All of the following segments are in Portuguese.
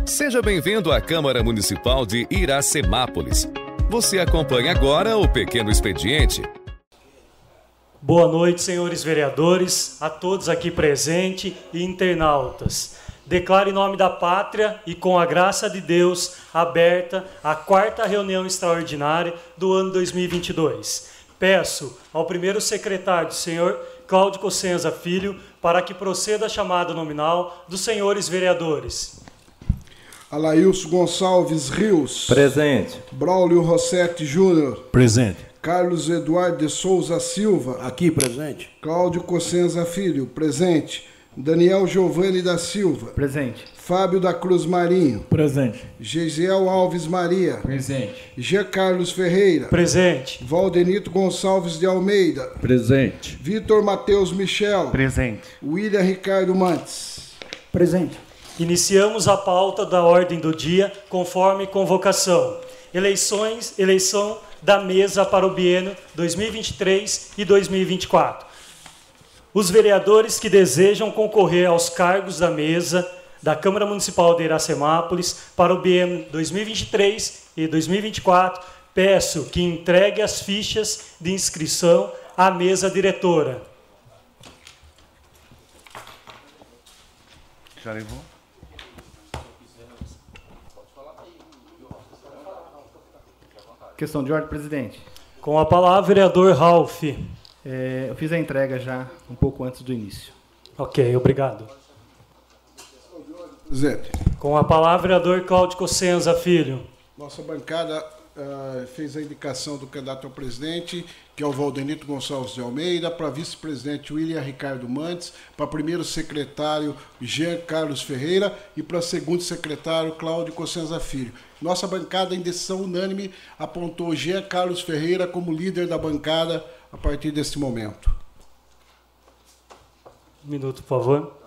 Seja bem-vindo à Câmara Municipal de Iracemápolis. Você acompanha agora o Pequeno Expediente. Boa noite, senhores vereadores, a todos aqui presentes e internautas. Declaro em nome da pátria e com a graça de Deus aberta a 4ª reunião extraordinária do ano 2022. Peço ao primeiro secretário, senhor Cláudio Cossenza Filho, para que proceda a chamada nominal dos senhores vereadores. Alailson Gonçalves Rios. Presente. Braulio Rossetti Júnior. Presente. Carlos Eduardo de Souza Silva. Aqui, presente. Cláudio Cossenza Filho. Presente. Daniel Giovanni da Silva. Presente. Fábio da Cruz Marinho. Presente. Gesiel Alves Maria. Presente. Jean Carlos Ferreira. Presente. Valdenito Gonçalves de Almeida. Presente. Vitor Matheus Michel. Presente. William Ricardo Mantes. Presente. Iniciamos a pauta da ordem do dia conforme convocação. Eleição da mesa para o biênio 2023 e 2024. Os vereadores que desejam concorrer aos cargos da mesa da Câmara Municipal de Iracemápolis para o biênio 2023 e 2024, peço que entregue as fichas de inscrição à mesa diretora. Já levou? Questão de ordem, presidente. Com a palavra, vereador Ralph. Eu fiz a entrega já um pouco antes do início. Ok, obrigado. Presente. Com a palavra, vereador Cláudio Cossenza Filho. Nossa bancada fez a indicação do candidato ao presidente, que é o Valdenito Gonçalves de Almeida, para vice-presidente William Ricardo Mantes, para primeiro secretário Jean Carlos Ferreira e para segundo secretário Cláudio Cossenza Filho. Nossa bancada, em decisão unânime, apontou Jean Carlos Ferreira como líder da bancada a partir deste momento. Um minuto, por favor.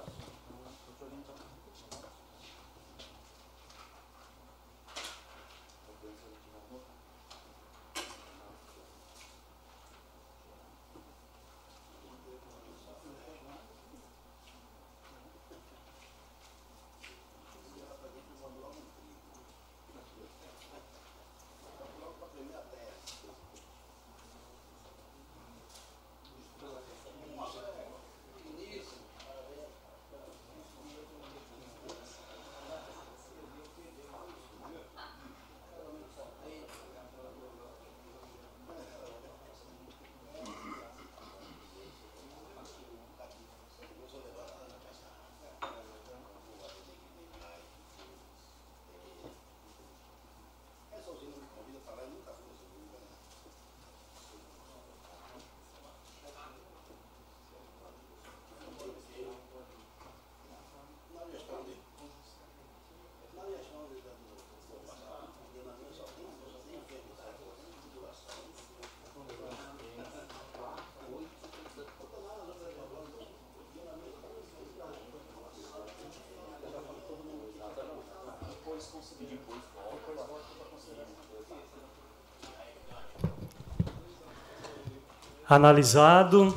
Analisado.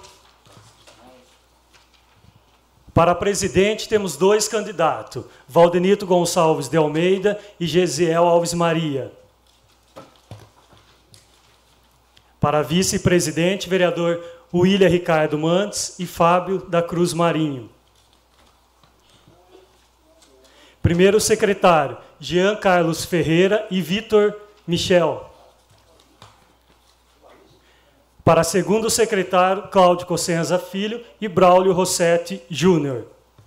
Para presidente, temos 2 candidatos, Valdenito Gonçalves de Almeida e Gesiel Alves Maria. Para vice-presidente, vereador William Ricardo Mantes e Fábio da Cruz Marinho. Primeiro secretário, Jean Carlos Ferreira e Vitor Michel. Para segundo secretário, Cláudio Cossenza Filho e Braulio Rossetti Júnior.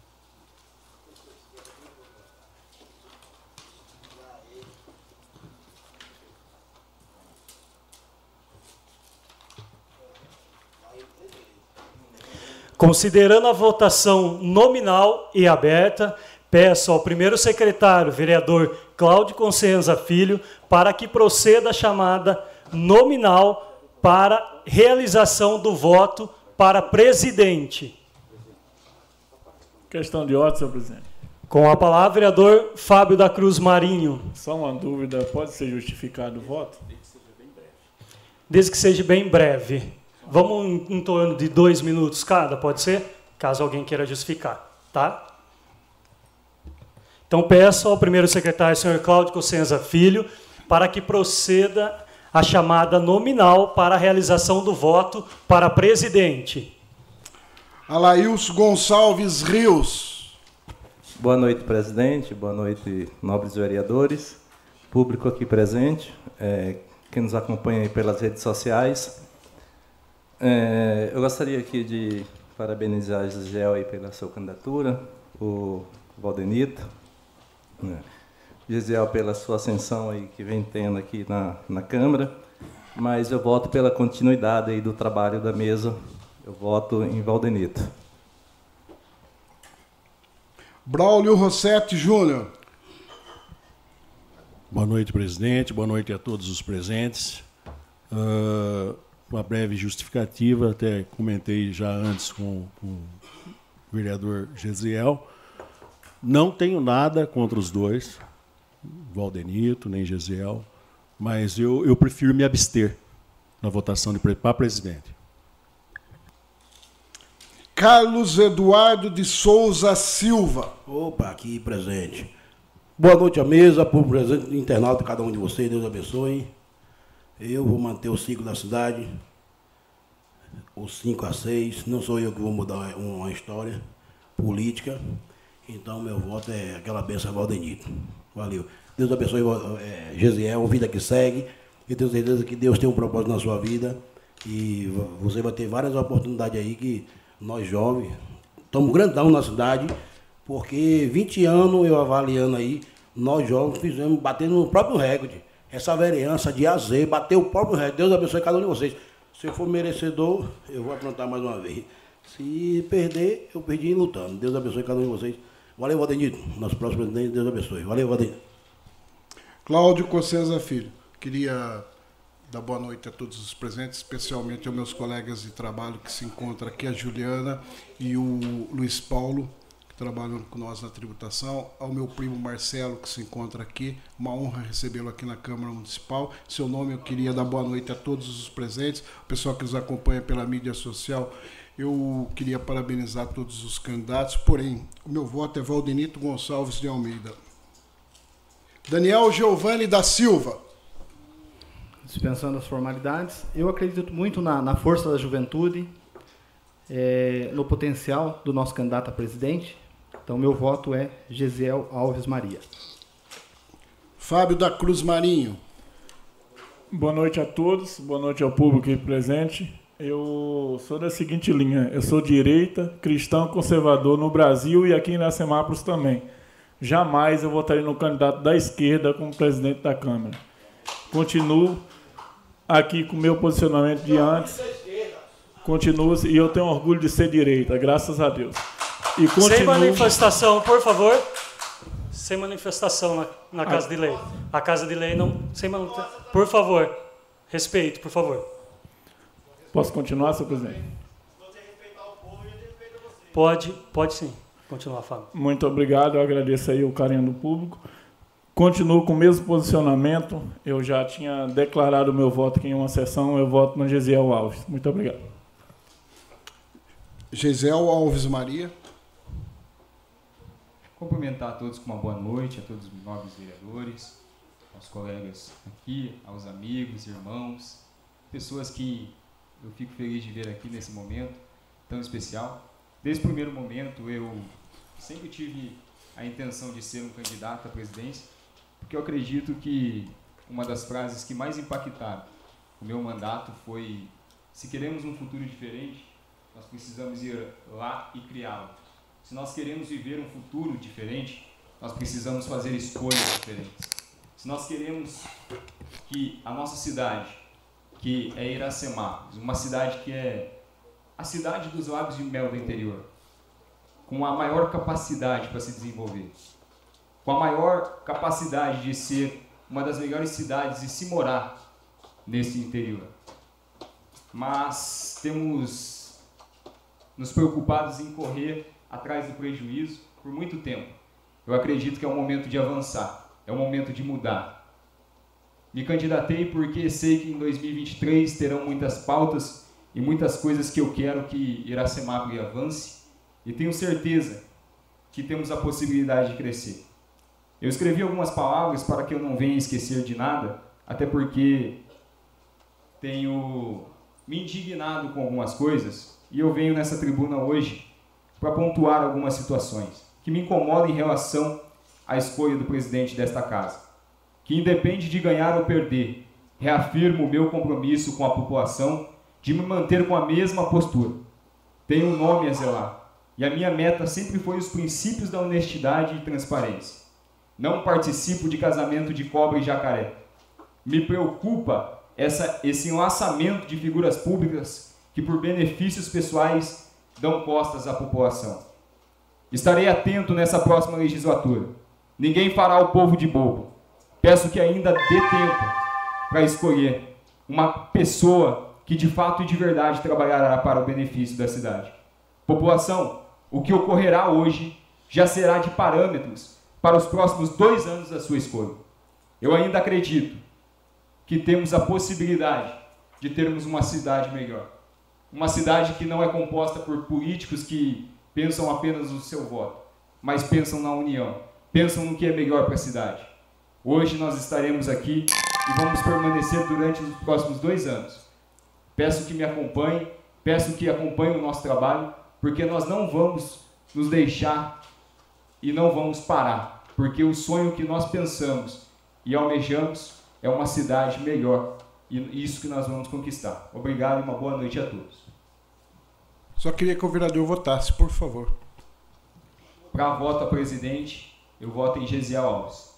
Considerando a votação nominal e aberta, peço ao primeiro secretário, vereador Cláudio Cossenza Filho, para que proceda a chamada nominal para realização do voto para presidente. Questão de ordem, senhor presidente. Com a palavra, vereador Fábio da Cruz Marinho. Só uma dúvida, pode ser justificado o voto? Desde que seja bem breve. Vamos em torno de 2 minutos cada, pode ser? Caso alguém queira justificar, tá? Então, peço ao primeiro secretário, senhor Cláudio Cossenza Filho, para que proceda a chamada nominal para a realização do voto para presidente. Alailson Gonçalves Rios. Boa noite, presidente. Boa noite, nobres vereadores, público aqui presente, que nos acompanha aí pelas redes sociais. Eu gostaria aqui de parabenizar a Gisele aí pela sua candidatura, o Valdenito, Gisele pela sua ascensão aí que vem tendo aqui na Câmara, mas eu voto pela continuidade aí do trabalho da mesa, eu voto em Valdenito. Braulio Rossetti Júnior. Boa noite, presidente. Boa noite a todos os presentes. Uma breve justificativa, até comentei já antes com o vereador Gesiel. Não tenho nada contra os dois, Valdenito, nem Gesiel, mas eu prefiro me abster na votação para presidente. Carlos Eduardo de Souza Silva. Opa, aqui presente. Boa noite à mesa, povo presente, internauta, cada um de vocês, Deus abençoe. Eu vou manter o ciclo da cidade, o 5-6. Não sou eu que vou mudar uma história política. Então, meu voto é aquela benção Valdenito. Valeu. Deus abençoe, Gesiel, vida que segue. E tenho certeza que Deus tem um propósito na sua vida. E você vai ter várias oportunidades aí que nós jovens estamos grandão na cidade. Porque 20 anos eu avaliando aí, nós jovens fizemos, batendo no próprio recorde. Essa vereança de AZ, bateu o próprio recorde. Deus abençoe cada um de vocês. Se eu for merecedor, eu vou aprontar mais uma vez. Se perder, eu perdi lutando. Deus abençoe cada um de vocês. Valeu, Valdenito. Nosso próximo presidente, Deus abençoe. Valeu, Valdenito. Cláudio Cossenza Filho. Queria dar boa noite a todos os presentes, especialmente aos meus colegas de trabalho que se encontram aqui, a Juliana e o Luiz Paulo, trabalhando com nós na tributação, ao meu primo Marcelo, que se encontra aqui, uma honra recebê-lo aqui na Câmara Municipal. Seu nome, eu queria dar boa noite a todos os presentes, o pessoal que nos acompanha pela mídia social. Eu queria parabenizar todos os candidatos, porém, o meu voto é Valdenito Gonçalves de Almeida. Daniel Giovanni da Silva. Dispensando as formalidades, eu acredito muito na força da juventude, no potencial do nosso candidato a presidente. Então, meu voto é Gesiel Alves Maria. Fábio da Cruz Marinho. Boa noite a todos, boa noite ao público aqui presente. Eu sou da seguinte linha, eu sou direita, cristão, conservador no Brasil e aqui em Iracemápolis também. Jamais eu votaria no candidato da esquerda como presidente da Câmara. Continuo aqui com o meu posicionamento de antes. Continuo, e eu tenho orgulho de ser direita, graças a Deus. E continuo... Sem manifestação, por favor. Sem manifestação na Casa de Lei. A Casa de Lei não... Sem manifestação. Por favor. Respeito, por favor. Posso continuar, senhor presidente? Pode sim. Continuar, Fábio. Muito obrigado, eu agradeço aí o carinho do público. Continuo com o mesmo posicionamento. Eu já tinha declarado o meu voto aqui em uma sessão. Eu voto no Gesiel Alves. Muito obrigado. Gesiel Alves Maria. Cumprimentar a todos com uma boa noite, a todos os nobres vereadores, aos colegas aqui, aos amigos, irmãos, pessoas que eu fico feliz de ver aqui nesse momento tão especial. Desde o primeiro momento, eu sempre tive a intenção de ser um candidato à presidência, porque eu acredito que uma das frases que mais impactaram o meu mandato foi: se queremos um futuro diferente, nós precisamos ir lá e criá-lo. Se nós queremos viver um futuro diferente, nós precisamos fazer escolhas diferentes. Se nós queremos que a nossa cidade, que é Iracemápolis, uma cidade que é a cidade dos lábios de mel do interior, com a maior capacidade para se desenvolver, com a maior capacidade de ser uma das melhores cidades e se morar nesse interior. Mas temos nos preocupados em correr atrás do prejuízo por muito tempo. Eu acredito que é um momento de avançar, é um momento de mudar. Me candidatei porque sei que em 2023 terão muitas pautas e muitas coisas que eu quero que Iracemápolis avance, e tenho certeza que temos a possibilidade de crescer. Eu escrevi algumas palavras para que eu não venha esquecer de nada, até porque tenho me indignado com algumas coisas e eu venho nessa tribuna hoje para pontuar algumas situações que me incomodam em relação à escolha do presidente desta casa, que independe de ganhar ou perder, reafirmo o meu compromisso com a população de me manter com a mesma postura. Tenho um nome a zelar e a minha meta sempre foi os princípios da honestidade e transparência. Não participo de casamento de cobra e jacaré. Me preocupa esse enlaçamento de figuras públicas que, por benefícios pessoais, dão costas à população. Estarei atento nessa próxima legislatura. Ninguém fará o povo de bobo. Peço que ainda dê tempo para escolher uma pessoa que de fato e de verdade trabalhará para o benefício da cidade. População, o que ocorrerá hoje já será de parâmetros para os próximos 2 anos da sua escolha. Eu ainda acredito que temos a possibilidade de termos uma cidade melhor. Uma cidade que não é composta por políticos que pensam apenas no seu voto, mas pensam na união, pensam no que é melhor para a cidade. Hoje nós estaremos aqui e vamos permanecer durante os próximos 2 anos. Peço que me acompanhe, peço que acompanhe o nosso trabalho, porque nós não vamos nos deixar e não vamos parar, porque o sonho que nós pensamos e almejamos é uma cidade melhor, e isso que nós vamos conquistar. Obrigado e uma boa noite a todos. Só queria que o vereador votasse, por favor. Para voto a presidente, eu voto em Gesiel Alves.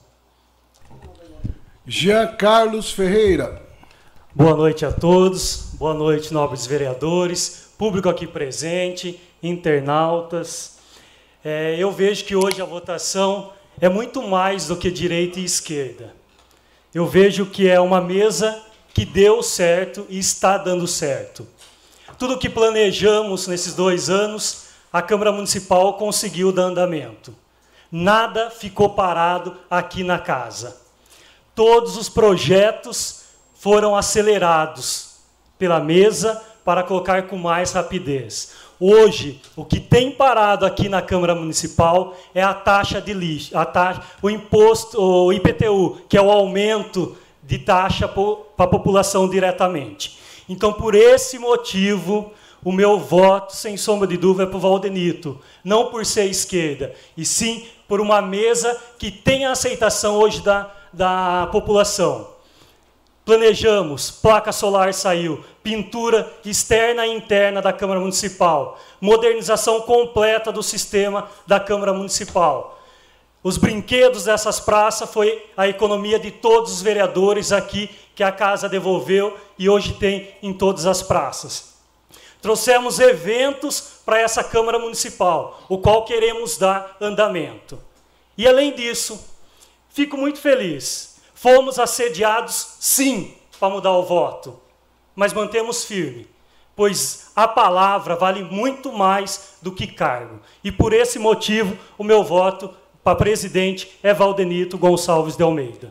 Jean Carlos Ferreira. Boa noite a todos, boa noite, nobres vereadores, público aqui presente, internautas. Eu vejo que hoje a votação é muito mais do que direita e esquerda. Eu vejo que é uma mesa que deu certo e está dando certo. Tudo o que planejamos nesses 2 anos, a Câmara Municipal conseguiu dar andamento. Nada ficou parado aqui na casa. Todos os projetos foram acelerados pela mesa para colocar com mais rapidez. Hoje, o que tem parado aqui na Câmara Municipal é a taxa de lixo, o imposto, o IPTU, que é o aumento de taxa para a população diretamente. Então, por esse motivo, o meu voto, sem sombra de dúvida, é para o Valdenito. Não por ser esquerda, e sim por uma mesa que tem a aceitação hoje da população. Planejamos, placa solar saiu, pintura externa e interna da Câmara Municipal, modernização completa do sistema da Câmara Municipal. Os brinquedos dessas praças foi a economia de todos os vereadores aqui que a casa devolveu e hoje tem em todas as praças. Trouxemos eventos para essa Câmara Municipal, o qual queremos dar andamento. E, além disso, fico muito feliz. Fomos assediados, sim, para mudar o voto, mas mantemos firme, pois a palavra vale muito mais do que cargo. E, por esse motivo, o meu voto para presidente é Valdenito Gonçalves de Almeida.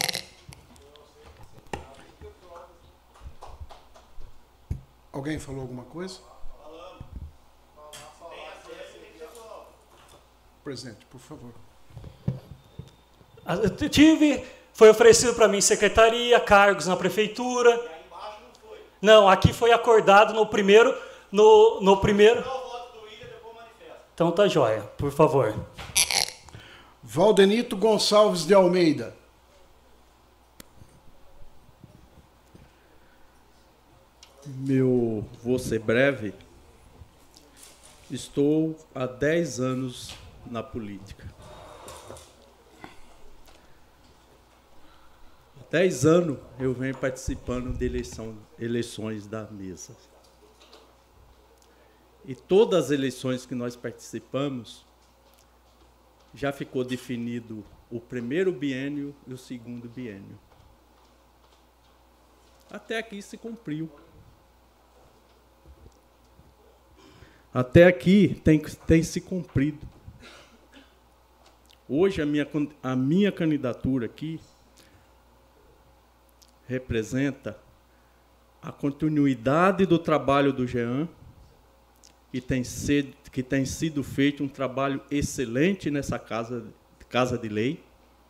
Alguém falou alguma coisa? Presidente, por favor. Foi oferecido para mim secretaria, cargos na prefeitura. Não, aqui foi acordado no primeiro. Então tá jóia, por favor. Valdenito Gonçalves de Almeida. Vou ser breve. Estou há 10 anos na política. 10 anos eu venho participando de eleições da mesa. E todas as eleições que nós participamos, já ficou definido o primeiro biênio e o segundo biênio. Até aqui se cumpriu. Até aqui tem se cumprido. Hoje a minha candidatura aqui representa a continuidade do trabalho do Jean, que tem sido feito um trabalho excelente nessa casa de lei,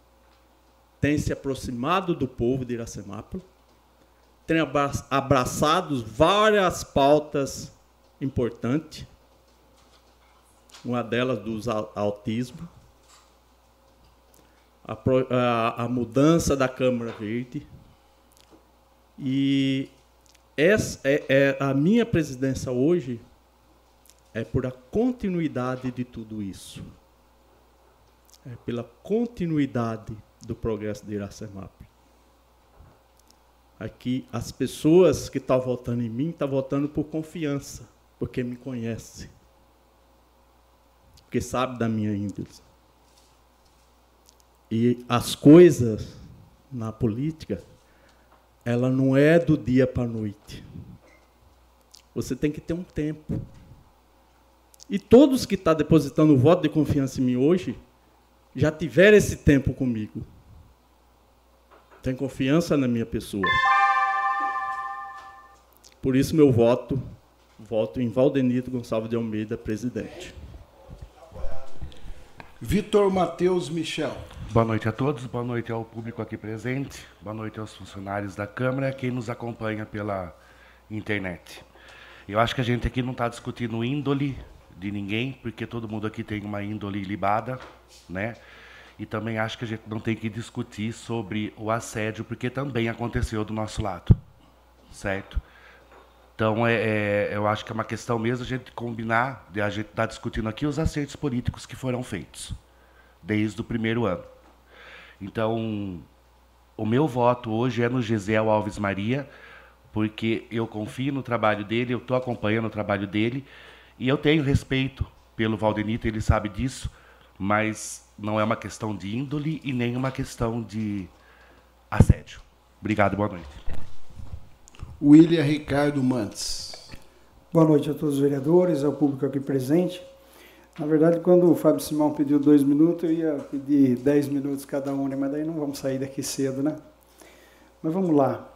tem se aproximado do povo de Iracemápolis, tem abraçado várias pautas importantes, uma delas do autismo, a mudança da Câmara Verde. E a minha presidência hoje é por a continuidade de tudo isso. É pela continuidade do progresso de Iracemápolis. Aqui, as pessoas que estão votando em mim estão votando por confiança, porque me conhecem, porque sabem da minha índole. E as coisas na política, ela não é do dia para a noite. Você tem que ter um tempo. E todos que estão depositando o voto de confiança em mim hoje, já tiveram esse tempo comigo. Tem confiança na minha pessoa. Por isso, meu voto em Valdenito Gonçalves de Almeida, presidente. Vitor Matheus Michel. Boa noite a todos, boa noite ao público aqui presente, boa noite aos funcionários da Câmara e a quem nos acompanha pela internet. Eu acho que a gente aqui não está discutindo índole de ninguém, porque todo mundo aqui tem uma índole ilibada, né? E também acho que a gente não tem que discutir sobre o assédio, porque também aconteceu do nosso lado, certo? Então, eu acho que é uma questão mesmo a gente combinar, de a gente estar discutindo aqui os acertos políticos que foram feitos, desde o primeiro ano. Então, o meu voto hoje é no Gesiel Alves Maria, porque eu confio no trabalho dele, eu estou acompanhando o trabalho dele, e eu tenho respeito pelo Valdenito, ele sabe disso, mas não é uma questão de índole e nem uma questão de assédio. Obrigado, boa noite. William Ricardo Mantes. Boa noite a todos os vereadores, ao público aqui presente. Na verdade, quando o Fábio Simão pediu 2 minutos, eu ia pedir 10 minutos cada um, né? Mas daí não vamos sair daqui cedo, né? Mas vamos lá.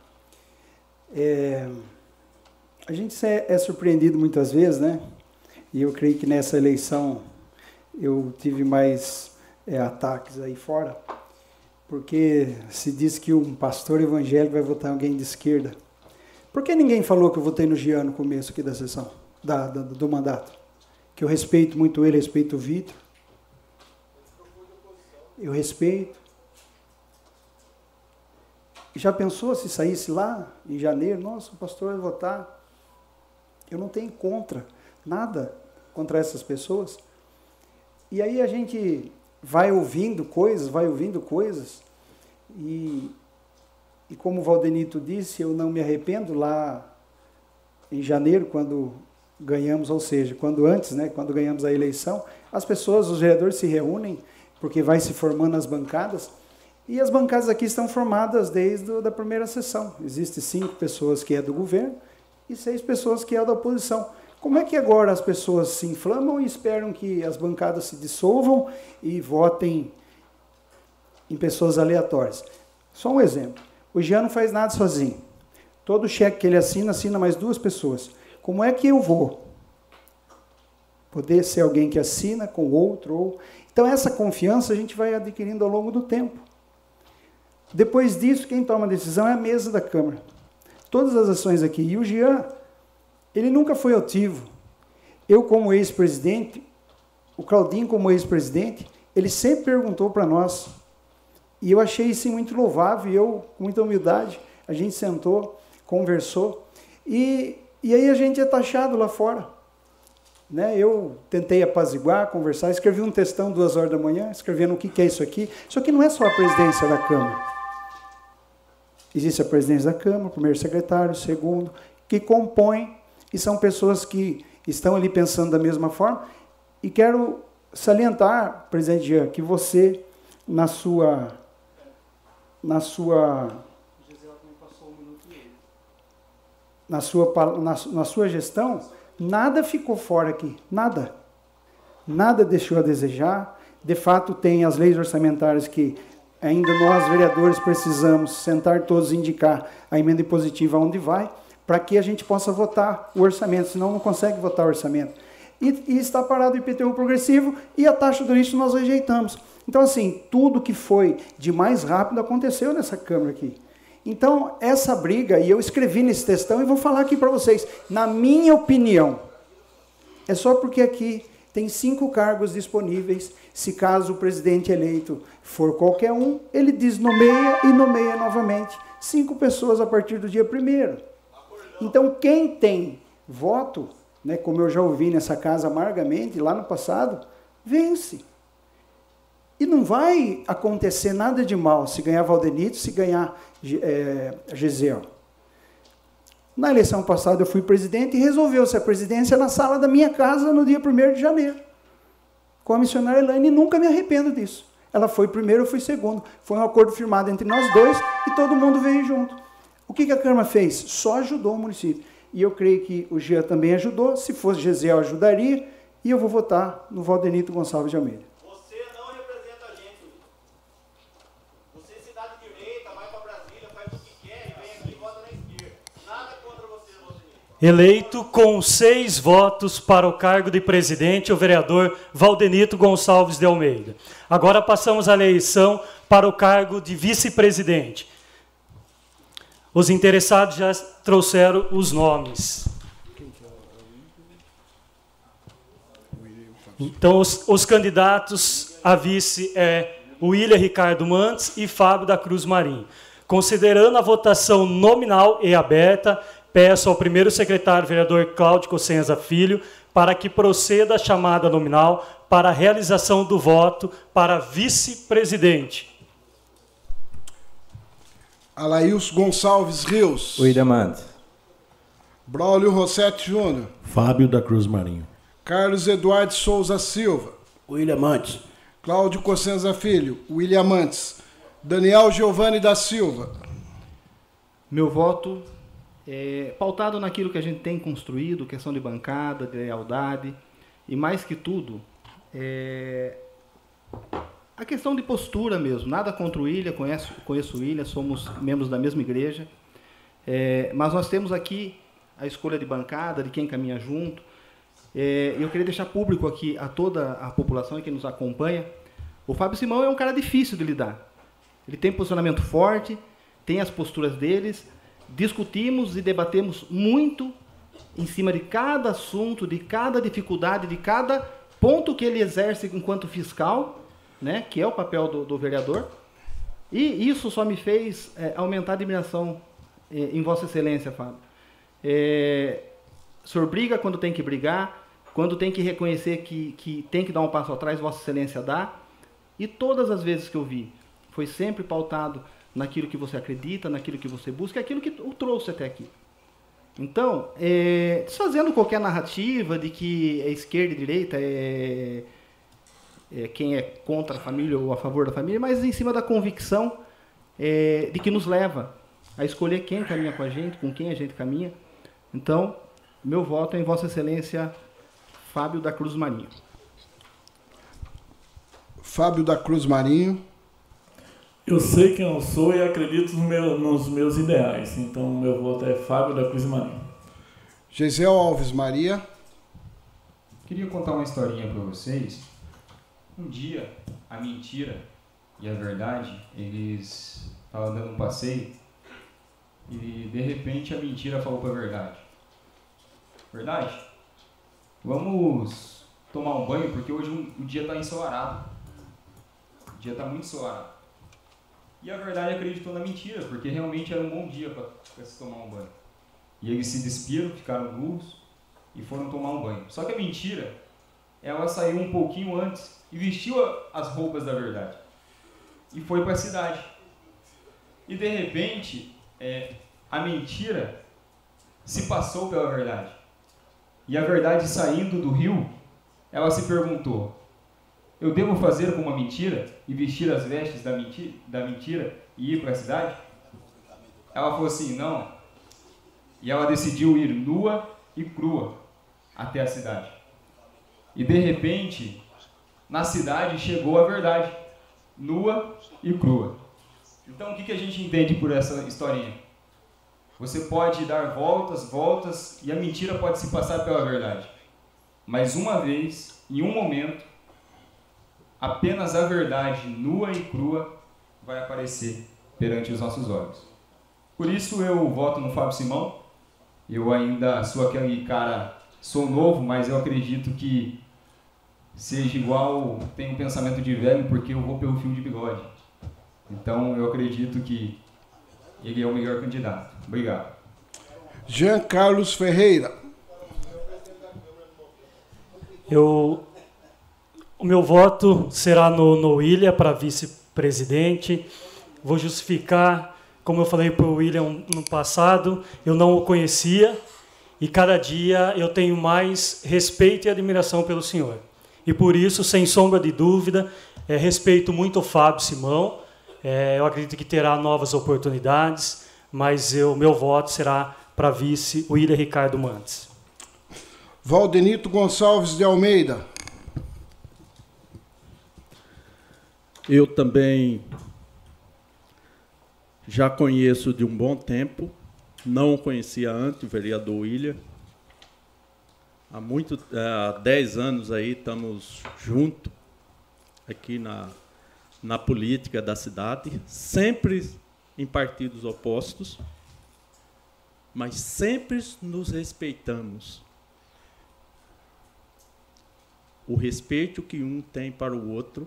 A gente é surpreendido muitas vezes, né? E eu creio que nessa eleição eu tive mais ataques aí fora, porque se diz que um pastor evangélico vai votar em alguém de esquerda. Por que ninguém falou que eu votei no Jean no começo aqui da sessão, do mandato? Que eu respeito muito ele, respeito o Vitor. Eu respeito. Já pensou se saísse lá em janeiro? Nossa, o pastor vai votar. Eu não tenho nada contra essas pessoas. E aí a gente vai ouvindo coisas, e como o Valdenito disse, eu não me arrependo. Lá em janeiro, quando ganhamos, ou seja, quando ganhamos a eleição, as pessoas, os vereadores se reúnem, porque vai se formando as bancadas, e as bancadas aqui estão formadas desde a primeira sessão. Existem 5 pessoas que é do governo e 6 pessoas que é da oposição. Como é que agora as pessoas se inflamam e esperam que as bancadas se dissolvam e votem em pessoas aleatórias? Só um exemplo. O Jean não faz nada sozinho. Todo cheque que ele assina mais 2 pessoas. Como é que eu vou poder ser alguém que assina com outro? Então, essa confiança a gente vai adquirindo ao longo do tempo. Depois disso, quem toma a decisão é a mesa da Câmara. Todas as ações aqui. E o Jean, ele nunca foi altivo. Eu, como ex-presidente, o Claudinho, como ex-presidente, ele sempre perguntou para nós. E eu achei isso muito louvável, e eu, com muita humildade, a gente sentou, conversou, e aí a gente é taxado lá fora. Né? Eu tentei apaziguar, conversar, escrevi um textão 2 horas da manhã, escrevendo o que é isso aqui. Isso aqui não é só a presidência da Câmara. Existe a presidência da Câmara, o primeiro secretário, o segundo, que compõem, e são pessoas que estão ali pensando da mesma forma. E quero salientar, presidente Jean, que você, na sua gestão, nada ficou fora aqui, nada. Nada deixou a desejar. De fato, tem as leis orçamentárias que ainda nós, vereadores, precisamos sentar todos e indicar a emenda impositiva onde vai, para que a gente possa votar o orçamento, senão não consegue votar o orçamento. E está parado o IPTU progressivo e a taxa do lixo nós rejeitamos. Então, assim, tudo que foi de mais rápido aconteceu nessa Câmara aqui. Então, essa briga, e eu escrevi nesse textão e vou falar aqui para vocês, na minha opinião, é só porque aqui tem 5 cargos disponíveis. Se caso o presidente eleito for qualquer um, ele desnomeia e nomeia novamente 5 pessoas a partir do dia 1º. Então, quem tem voto, né, como eu já ouvi nessa casa amargamente, lá no passado, vence. E não vai acontecer nada de mal se ganhar Valdenito, se ganhar Gesiel. Na eleição passada eu fui presidente e resolveu-se a presidência na sala da minha casa no dia 1º de janeiro. Com a missionária Elaine, e nunca me arrependo disso. Ela foi primeiro, eu fui segundo. Foi um acordo firmado entre nós dois e todo mundo veio junto. O que a Câmara fez? Só ajudou o município. E eu creio que o Jean também ajudou. Se fosse Gesiel, ajudaria. E eu vou votar no Valdenito Gonçalves de Almeida. Eleito com 6 votos para o cargo de presidente, o vereador Valdenito Gonçalves de Almeida. Agora passamos à eleição para o cargo de vice-presidente. Os interessados já trouxeram os nomes. Então, os candidatos a vice é William Ricardo Mantes e Fábio da Cruz Marinho. Considerando a votação nominal e aberta, peço ao primeiro secretário, vereador Cláudio Cossenza Filho, para que proceda a chamada nominal para a realização do voto para vice-presidente. Alailson Gonçalves Rios. William Mantes. Braulio Rossetti Júnior. Fábio da Cruz Marinho. Carlos Eduardo Souza Silva. William Mantes. Cláudio Cossenza Filho. William Mantes. Daniel Giovanni da Silva. Meu voto pautado naquilo que a gente tem construído, questão de bancada, de lealdade, e mais que tudo, a questão de postura mesmo. Nada contra o William, conheço o William, somos membros da mesma igreja, mas nós temos aqui a escolha de bancada, de quem caminha junto. Eu queria deixar público aqui a toda a população que nos acompanha. O Fábio Simão é um cara difícil de lidar. Ele tem posicionamento forte, tem as posturas deles. Discutimos e debatemos muito em cima de cada assunto, de cada dificuldade, de cada ponto que ele exerce enquanto fiscal, né, que é o papel do vereador. E isso só me fez aumentar a admiração em Vossa Excelência, Fábio. O senhor briga quando tem que brigar, quando tem que reconhecer que tem que dar um passo atrás, Vossa Excelência dá. E todas as vezes que eu vi, foi sempre pautado naquilo que você acredita, naquilo que você busca, aquilo que o trouxe até aqui. Então, desfazendo qualquer narrativa de que é esquerda e direita, quem é contra a família ou a favor da família, mas em cima da convicção de que nos leva a escolher quem caminha com a gente, com quem a gente caminha. Então, meu voto é em Vossa Excelência Fábio da Cruz Marinho. Fábio da Cruz Marinho. Eu sei quem eu sou e acredito nos meus ideais. Então, meu voto é Fábio da Cruz Marinho. Gesiel Alves Maria. Queria contar uma historinha para vocês. Um dia, a mentira e a verdade, eles estavam dando um passeio e, de repente, a mentira falou para a verdade. Verdade? Vamos tomar um banho, porque hoje o dia está ensolarado. O dia está muito ensolarado. E a verdade acreditou na mentira, porque realmente era um bom dia para se tomar um banho. E eles se despiram, ficaram nus e foram tomar um banho. Só que a mentira, ela saiu um pouquinho antes e vestiu as roupas da verdade. E foi para a cidade. E de repente, a mentira se passou pela verdade. E a verdade, saindo do rio, ela se perguntou: eu devo fazer como uma mentira e vestir as vestes da mentira e ir para a cidade? Ela falou assim: não. E ela decidiu ir nua e crua até a cidade. E de repente, na cidade chegou a verdade, nua e crua. Então, o que a gente entende por essa historinha? Você pode dar voltas, e a mentira pode se passar pela verdade. Mas uma vez, em um momento, apenas a verdade nua e crua vai aparecer perante os nossos olhos. Por isso eu voto no Fábio Simão. Eu ainda sou aquele cara, sou novo, mas eu acredito que seja igual, tenho um pensamento de velho, porque eu vou pelo fio de bigode. Então eu acredito que ele é o melhor candidato. Obrigado. Jean Carlos Ferreira. O meu voto será no William para vice-presidente. Vou justificar, como eu falei para o William no passado, eu não o conhecia e cada dia eu tenho mais respeito e admiração pelo senhor. E por isso, sem sombra de dúvida, respeito muito o Fábio Simão. Eu acredito que terá novas oportunidades, mas meu voto será para vice William Ricardo Mantes. Valdenito Gonçalves de Almeida. Eu também já conheço de um bom tempo, não o conhecia antes, o vereador William. Há 10 anos aí estamos juntos aqui na política da cidade, sempre em partidos opostos, mas sempre nos respeitamos. O respeito que um tem para o outro,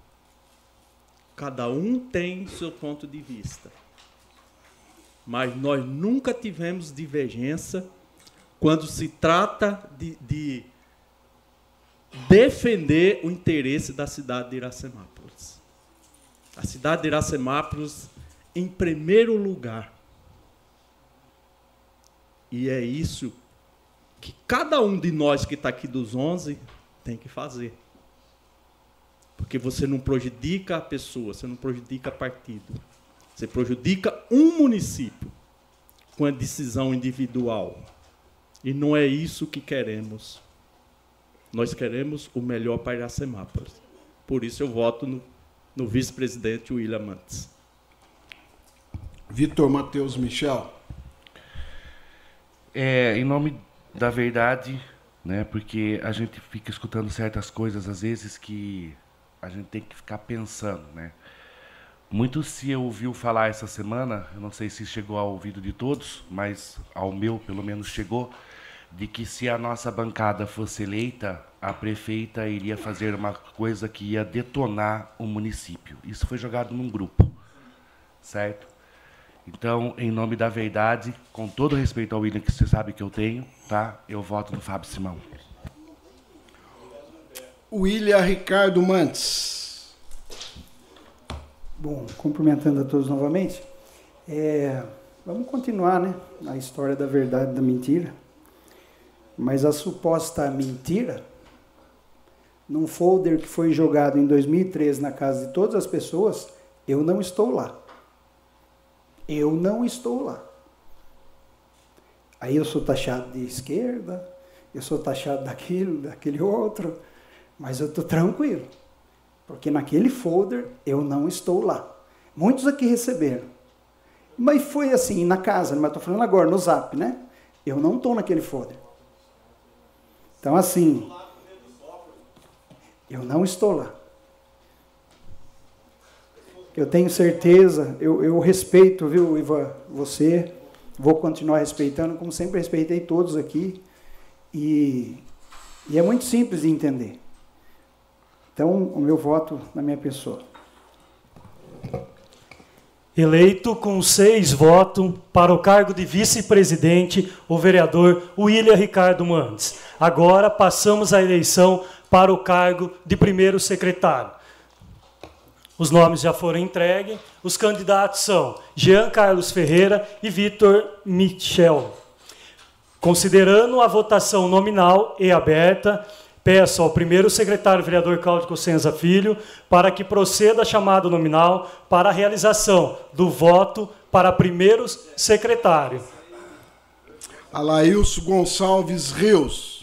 cada um tem seu ponto de vista. Mas nós nunca tivemos divergência quando se trata de defender o interesse da cidade de Iracemápolis. A cidade de Iracemápolis em primeiro lugar. E é isso que cada um de nós que está aqui dos 11 tem que fazer. Porque você não prejudica a pessoa, você não prejudica partido. Você prejudica um município com a decisão individual. E não é isso que queremos. Nós queremos o melhor para Iracemápolis. Por isso eu voto no vice-presidente William Mantes. Vitor Matheus Michel. Em nome da verdade, né, porque a gente fica escutando certas coisas, às vezes, que a gente tem que ficar pensando, né? Muito se ouviu falar essa semana, eu não sei se chegou ao ouvido de todos, mas ao meu, pelo menos, chegou, de que se a nossa bancada fosse eleita, a prefeita iria fazer uma coisa que ia detonar o município. Isso foi jogado num grupo, certo? Então, em nome da verdade, com todo respeito ao William, que você sabe que eu tenho, tá? Eu voto no Fábio Simão. William Ricardo Mantes. Bom, cumprimentando a todos novamente, vamos continuar, né, a história da verdade e da mentira. Mas a suposta mentira, num folder que foi jogado em 2013 na casa de todas as pessoas, eu não estou lá. Eu não estou lá. Aí eu sou taxado de esquerda, eu sou taxado daquele outro, mas eu estou tranquilo. Porque naquele folder eu não estou lá. Muitos aqui receberam. Mas foi assim, na casa, mas estou falando agora, no Zap, né? Eu não estou naquele folder. Então, assim, eu não estou lá. Eu tenho certeza, eu respeito, viu, Ivan, você, vou continuar respeitando, como sempre respeitei todos aqui, e é muito simples de entender. Então, o meu voto na minha pessoa. Eleito com 6 votos para o cargo de vice-presidente, o vereador William Ricardo Mantes. Agora passamos à eleição para o cargo de primeiro secretário. Os nomes já foram entregues. Os candidatos são Jean Carlos Ferreira e Vitor Michel. Considerando a votação nominal e aberta, peço ao primeiro secretário, vereador Cláudio Cossenza Filho, para que proceda a chamada nominal para a realização do voto para primeiro secretário. Alailson Gonçalves Rios.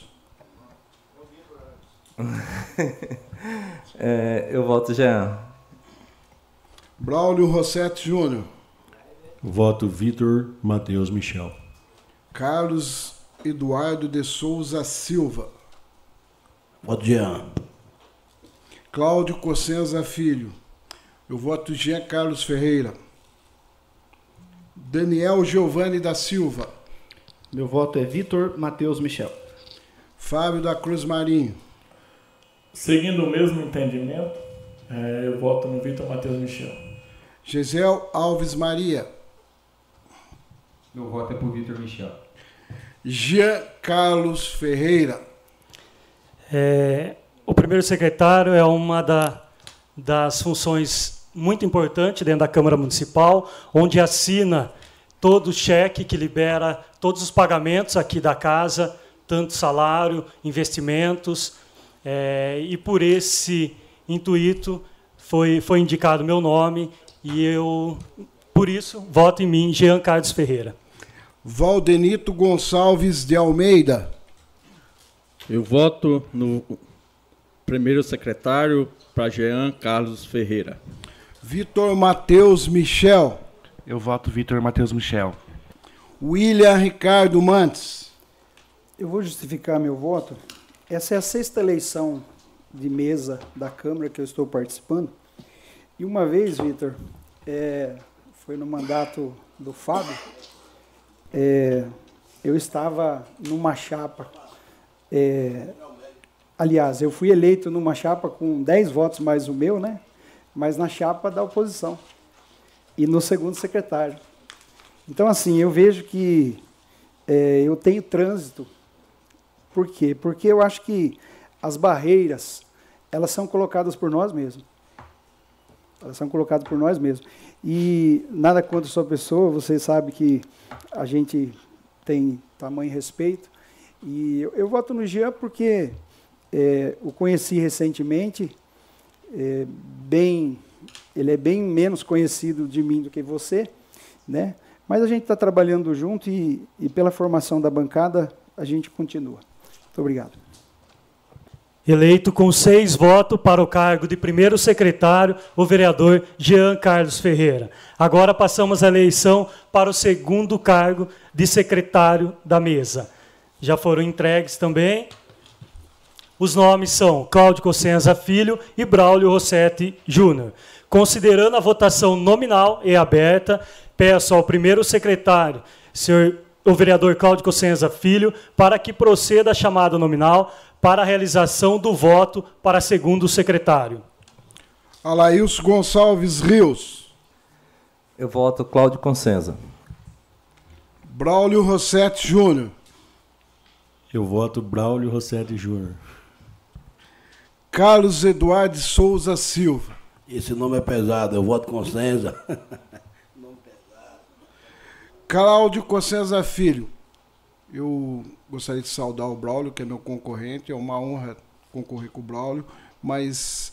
Eu voto Jean. Braulio Rossetti Júnior. Voto Vitor Matheus Michel. Carlos Eduardo de Souza Silva. Voto Jean. Cláudio Cossenza Filho. Eu voto Jean Carlos Ferreira. Daniel Giovanni da Silva. Meu voto é Vitor Matheus Michel. Fábio da Cruz Marinho. Seguindo o mesmo entendimento, eu voto no Vitor Matheus Michel. Gisel Alves Maria. Meu voto é por Vitor Michel. Jean Carlos Ferreira. O primeiro secretário é uma das funções muito importantes dentro da Câmara Municipal, onde assina todo o cheque que libera todos os pagamentos aqui da casa, tanto salário, investimentos, e por esse intuito foi indicado meu nome e eu, por isso, voto em mim, Jean Carlos Ferreira. Valdenito Gonçalves de Almeida. Eu voto no primeiro secretário para Jean Carlos Ferreira. Vitor Matheus Michel. Eu voto Vitor Matheus Michel. William Ricardo Mantes. Eu vou justificar meu voto. Essa é a 6ª eleição de mesa da Câmara que eu estou participando. E uma vez, Vitor, foi no mandato do Fábio, eu estava numa chapa. Aliás, eu fui eleito numa chapa com 10 votos mais o meu, né? Mas na chapa da oposição. E no segundo secretário. Então, assim, eu vejo que eu tenho trânsito. Por quê? Porque eu acho que as barreiras, elas são colocadas por nós mesmos. Elas são colocadas por nós mesmos. E nada contra a sua pessoa, você sabe que a gente tem tamanho respeito. E eu voto no Jean porque o conheci recentemente, ele é bem menos conhecido de mim do que você, né? Mas a gente está trabalhando junto e pela formação da bancada a gente continua. Muito obrigado. Eleito com 6 votos para o cargo de primeiro secretário, o vereador Jean Carlos Ferreira. Agora passamos à eleição para o segundo cargo de secretário da mesa. Já foram entregues também. Os nomes são Cláudio Cossenza Filho e Braulio Rossetti Júnior. Considerando a votação nominal e aberta, peço ao primeiro secretário, o vereador Cláudio Cossenza Filho, para que proceda a chamada nominal para a realização do voto para segundo secretário. Alailson Gonçalves Rios. Eu voto Cláudio Cossenza. Braulio Rossetti Júnior. Eu voto Braulio Rossetti Júnior. Carlos Eduardo Souza Silva. Esse nome é pesado, eu voto Cossenza. Nome pesado. Cláudio Cossenza Filho. Eu gostaria de saudar o Braulio, que é meu concorrente. É uma honra concorrer com o Braulio, mas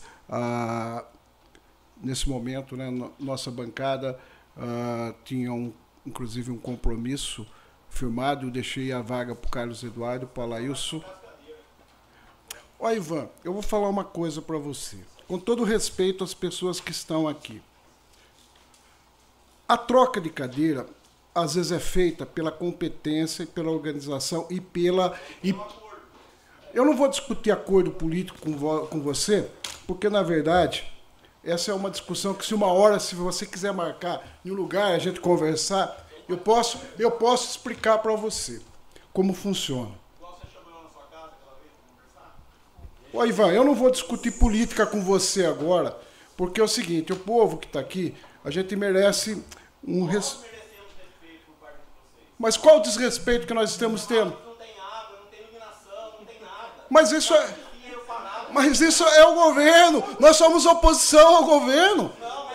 nesse momento, né, nossa bancada tinha inclusive um compromisso firmado. Eu deixei a vaga para o Carlos Eduardo, para o Alailson. Ó, Ivan, eu vou falar uma coisa para você. Com todo respeito às pessoas que estão aqui. A troca de cadeira, às vezes, é feita pela competência e pela organização e pela... Eu não vou discutir acordo político com você, porque, na verdade, essa é uma discussão que, se você quiser marcar em um lugar, a gente conversar, eu posso explicar para você como funciona. Ô, Ivan, eu não vou discutir política com você agora, porque é o seguinte, o povo que está aqui, a gente merece um respeito. Mas qual o desrespeito que nós estamos tendo? Não tem água, não tem iluminação, não tem nada. Mas isso é o governo. Nós somos oposição ao governo.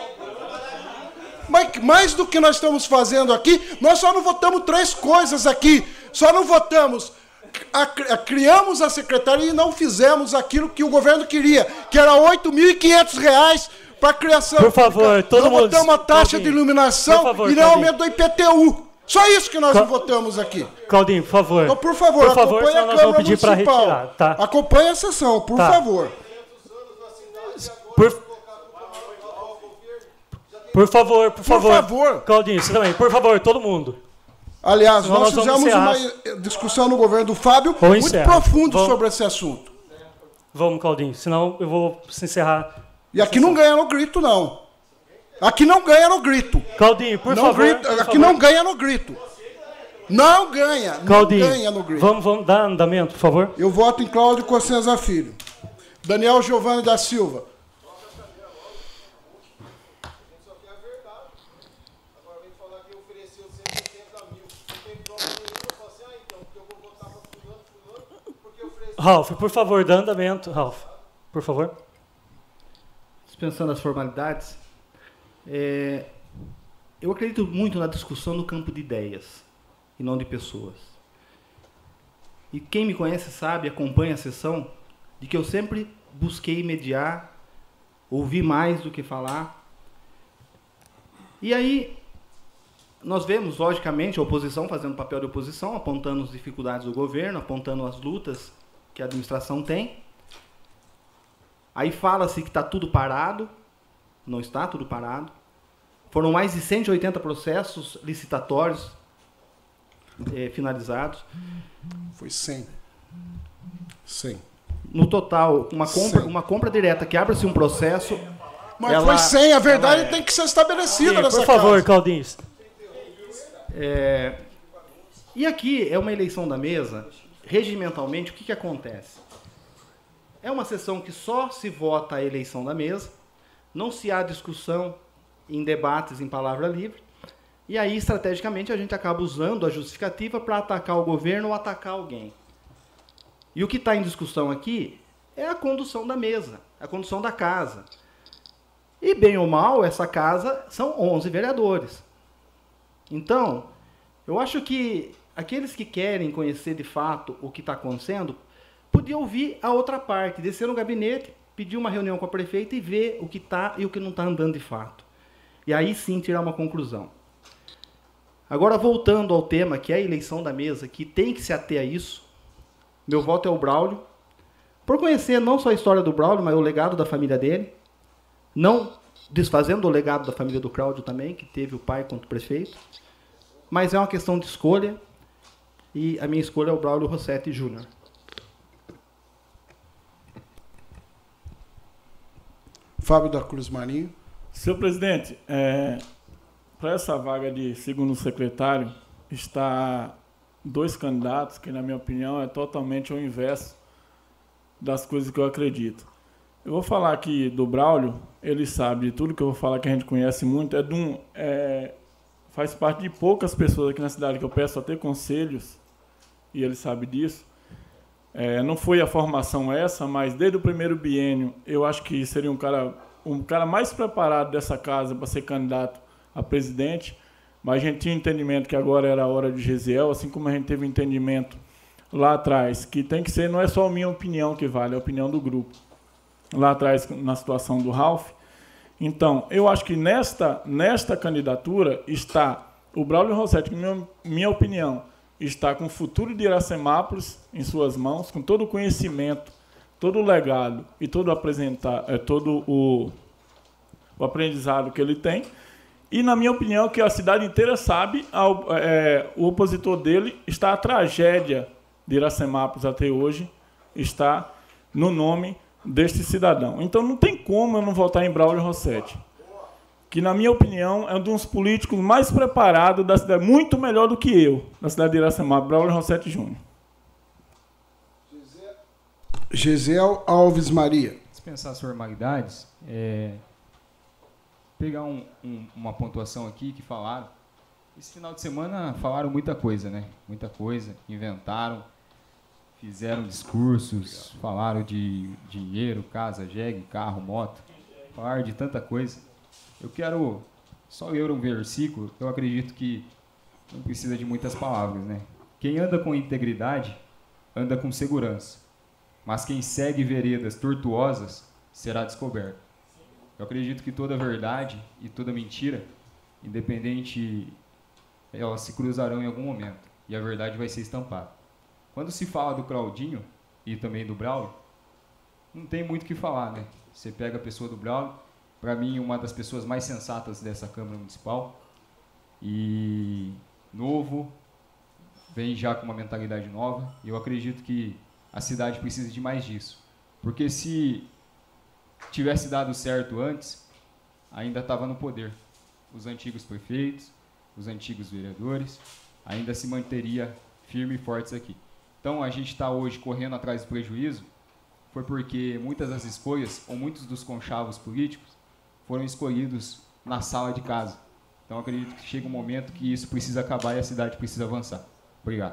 Mas mais do que nós estamos fazendo aqui, nós só não votamos 3 coisas aqui. Só não votamos... Criamos a secretaria e não fizemos aquilo que o governo queria, que era R$ 8.500 para a criação. Por favor, todo mundo... Não votamos uma taxa de iluminação e não aumento do IPTU. Só isso que nós não votamos aqui. Claudinho, por favor. Então, por favor, acompanhe a Câmara Municipal. Retirar, tá? Acompanhe a sessão, por favor. Por favor. Claudinho, você também. Por favor, todo mundo. Aliás, nós fizemos uma discussão no governo do Fábio muito profunda sobre esse assunto. Vamos, Claudinho, senão eu vou se encerrar. E aqui não ganha no grito, não. Aqui não ganha no grito. Claudinho, por não favor. Grito, aqui não ganha no grito. Não ganha. Claudinho, não ganha no grito. Vamos dar andamento, por favor. Eu voto em Cláudio Cossenza Filho. Daniel Giovanni da Silva. Ralf, por favor, dá andamento. Ralf, por favor. Dispensando as formalidades, eu acredito muito na discussão no campo de ideias e não de pessoas. E quem me conhece sabe, acompanha a sessão, de que eu sempre busquei mediar, ouvir mais do que falar. E aí, nós vemos, logicamente, a oposição fazendo papel de oposição, apontando as dificuldades do governo, apontando as lutas que a administração tem. Aí fala-se que está tudo parado. Não está tudo parado. Foram mais de 180 processos licitatórios finalizados. Foi 100. 100. No total, uma compra direta que abre-se um processo... Mas foi 100, a verdade tem que ser estabelecida nessa Por favor, casa. Claudinho. E aqui é uma eleição da mesa. Regimentalmente, o que acontece? É uma sessão que só se vota a eleição da mesa, não se há discussão em debates em palavra livre, e aí, estrategicamente, a gente acaba usando a justificativa para atacar o governo ou atacar alguém. E o que está em discussão aqui é a condução da mesa, a condução da casa. E, bem ou mal, essa casa são 11 vereadores. Então, eu acho que aqueles que querem conhecer de fato o que está acontecendo, podiam ouvir a outra parte, descer no gabinete, pedir uma reunião com a prefeita e ver o que está e o que não está andando de fato. E aí sim tirar uma conclusão. Agora, voltando ao tema, que é a eleição da mesa, que tem que se ater a isso, meu voto é o Braulio, por conhecer não só a história do Braulio, mas o legado da família dele, não desfazendo o legado da família do Cláudio também, que teve o pai quanto prefeito, mas é uma questão de escolha, e a minha escolha é o Braulio Rossetti Júnior. Fábio da Cruz Marinho. Senhor presidente, para essa vaga de segundo secretário, está 2 candidatos que, na minha opinião, é totalmente o inverso das coisas que eu acredito. Eu vou falar aqui do Braulio, ele sabe de tudo que eu vou falar, que a gente conhece muito, faz parte de poucas pessoas aqui na cidade que eu peço até conselhos, e ele sabe disso. Não foi a formação essa, mas desde o primeiro biênio, eu acho que seria um cara mais preparado dessa casa para ser candidato a presidente, mas a gente tinha entendimento que agora era a hora de Gesiel, assim como a gente teve entendimento lá atrás, que tem que ser, não é só a minha opinião que vale, é a opinião do grupo. Lá atrás, na situação do Ralf. Então, eu acho que nesta candidatura está o Braulio Rossetti, que, minha opinião, está com o futuro de Iracemápolis em suas mãos, com todo o conhecimento, todo o legado e todo o aprendizado que ele tem. E, na minha opinião, que a cidade inteira sabe, o opositor dele está a tragédia de Iracemápolis até hoje, está no nome deste cidadão. Então, não tem como eu não votar em Braulio Rossetti, que, na minha opinião, é um dos políticos mais preparados da cidade, muito melhor do que eu, da cidade de Iracemápolis, Braulio Rossetti Júnior. Gesiel Alves Maria. Dispensar as formalidades, pegar uma pontuação aqui que falaram. Esse final de semana falaram muita coisa, né? Muita coisa, inventaram, fizeram discursos, falaram de dinheiro, casa, jegue, carro, moto, falaram de tanta coisa. Eu quero só ler um versículo, eu acredito que não precisa de muitas palavras, né? Quem anda com integridade, anda com segurança, mas quem segue veredas tortuosas, será descoberto. Eu acredito que toda verdade e toda mentira, independente, elas se cruzarão em algum momento, e a verdade vai ser estampada. Quando se fala do Claudinho e também do Braulio, não tem muito o que falar, né? Você pega a pessoa do Braulio, para mim, uma das pessoas mais sensatas dessa Câmara Municipal, e novo, vem já com uma mentalidade nova, e eu acredito que a cidade precisa de mais disso. Porque se tivesse dado certo antes, ainda estava no poder. Os antigos prefeitos, os antigos vereadores, ainda se manteria firme e fortes aqui. Então, a gente está hoje correndo atrás do prejuízo, foi porque muitas das escolhas, ou muitos dos conchavos políticos, foram escolhidos na sala de casa. Então, acredito que chega um momento que isso precisa acabar e a cidade precisa avançar. Obrigado.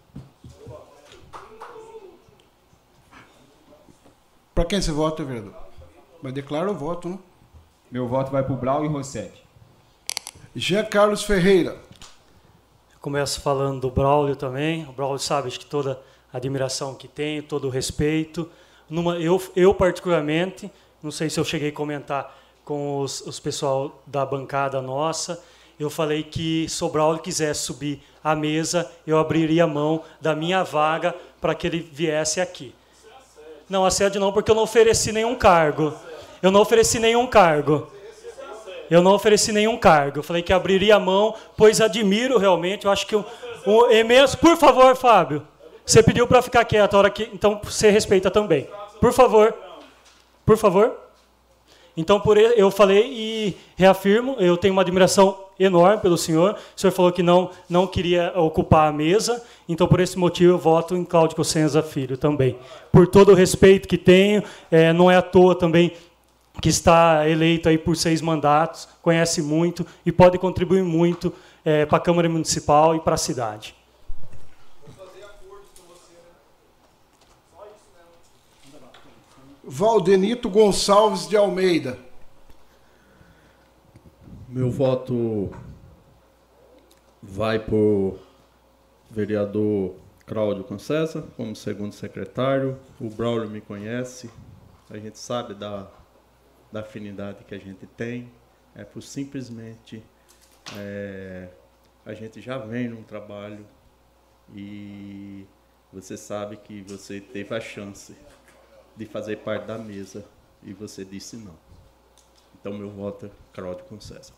Para quem você vota, vereador? Mas declara o voto, né? Meu voto vai para o Braulio Rossetti. Jean Carlos Ferreira. Começo falando do Braulio também. O Braulio sabe que toda a admiração que tenho, todo o respeito. Eu particularmente, não sei se eu cheguei a comentar com os pessoal da bancada nossa, eu falei que se o Braulio quisesse subir à mesa, eu abriria a mão da minha vaga para que ele viesse aqui. Não, assédio não, porque eu não ofereci nenhum cargo. Eu não ofereci nenhum cargo. Eu falei que abriria a mão, pois admiro realmente. Eu acho que é mesmo. Por favor, Fábio. Você pediu para ficar quieto a hora que. Então você respeita também. Por favor. Por favor. Então eu falei e reafirmo. Eu tenho uma admiração enorme pelo senhor. O senhor falou que não queria ocupar a mesa. Então, por esse motivo, eu voto em Cláudio Cossenza Filho também. Por todo o respeito que tenho, não é à toa também que está eleito aí por 6 mandatos, conhece muito e pode contribuir muito para a Câmara Municipal e para a cidade. Valdenito Gonçalves de Almeida. Meu voto vai para o vereador Cláudio Cossenza como segundo secretário. O Braulio me conhece, a gente sabe da afinidade que a gente tem. Por simplesmente a gente já vem num trabalho e você sabe que você teve a chance de fazer parte da mesa e você disse não. Então meu voto é Cláudio Cossenza.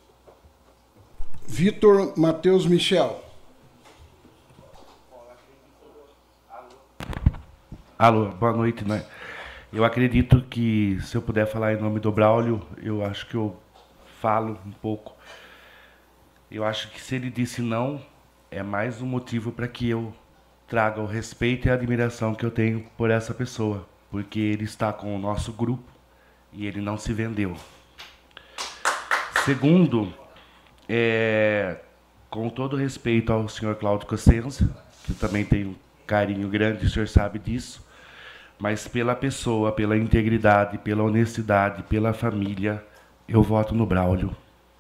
Vitor Matheus Michel. Alô, boa noite, né? Eu acredito que, se eu puder falar em nome do Braulio, eu acho que eu falo um pouco. Eu acho que se ele disse não, é mais um motivo para que eu traga o respeito e a admiração que eu tenho por essa pessoa, porque ele está com o nosso grupo e ele não se vendeu. Segundo, com todo respeito ao senhor Cláudio Cossenza, que eu também tenho um carinho grande, o senhor sabe disso, mas pela pessoa, pela integridade, pela honestidade, pela família, eu voto no Braulio.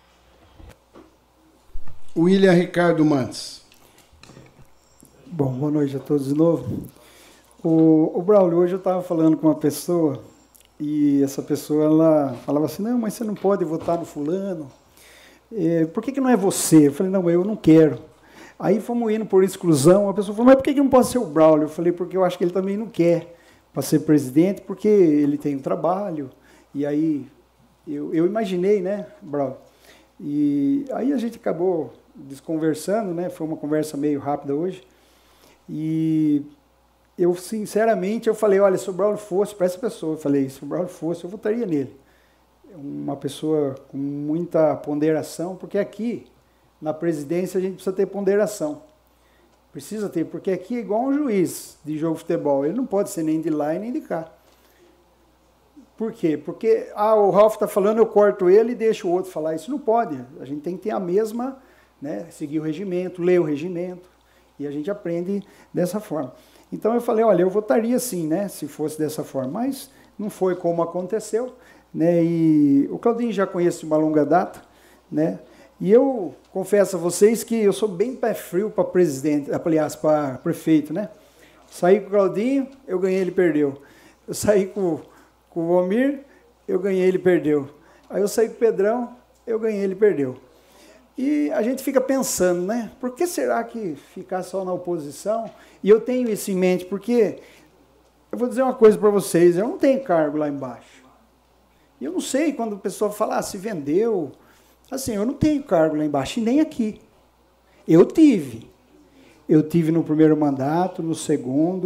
William Ricardo Mantes. Bom, boa noite a todos de novo. O Braulio, hoje eu estava falando com uma pessoa e essa pessoa ela falava assim, não, mas você não pode votar no fulano. Por que não é você? Eu falei, não, eu não quero. Aí fomos indo por exclusão, a pessoa falou, mas por que não pode ser o Braulio? Eu falei, porque eu acho que ele também não quer para ser presidente, porque ele tem um trabalho. E aí eu imaginei, né, Braulio? E aí a gente acabou desconversando, né? Foi uma conversa meio rápida hoje. E eu, sinceramente, eu falei, olha, se o Braulio fosse para essa pessoa, eu falei, se o Braulio fosse, eu votaria nele. Uma pessoa com muita ponderação, porque aqui, na presidência, a gente precisa ter ponderação. Precisa ter, porque aqui é igual um juiz de jogo de futebol. Ele não pode ser nem de lá e nem de cá. Por quê? Porque o Ralf está falando, eu corto ele e deixo o outro falar. Isso não pode. A gente tem que ter a mesma, né, seguir o regimento, ler o regimento, e a gente aprende dessa forma. Então eu falei, olha, eu votaria sim, né, se fosse dessa forma, mas não foi como aconteceu, né, e o Claudinho já conhece de uma longa data, né, e eu confesso a vocês que eu sou bem pé frio para presidente, aliás, para prefeito, né. Saí com o Claudinho, eu ganhei, ele perdeu. Eu saí com o Omir, eu ganhei, ele perdeu. Aí eu saí com o Pedrão, eu ganhei, ele perdeu. E a gente fica pensando, né? Por que será que ficar só na oposição? E eu tenho isso em mente, porque eu vou dizer uma coisa para vocês, eu não tenho cargo lá embaixo. E eu não sei quando a pessoa fala, se vendeu. Assim, eu não tenho cargo lá embaixo, e nem aqui. Eu tive. Eu tive no primeiro mandato, no segundo.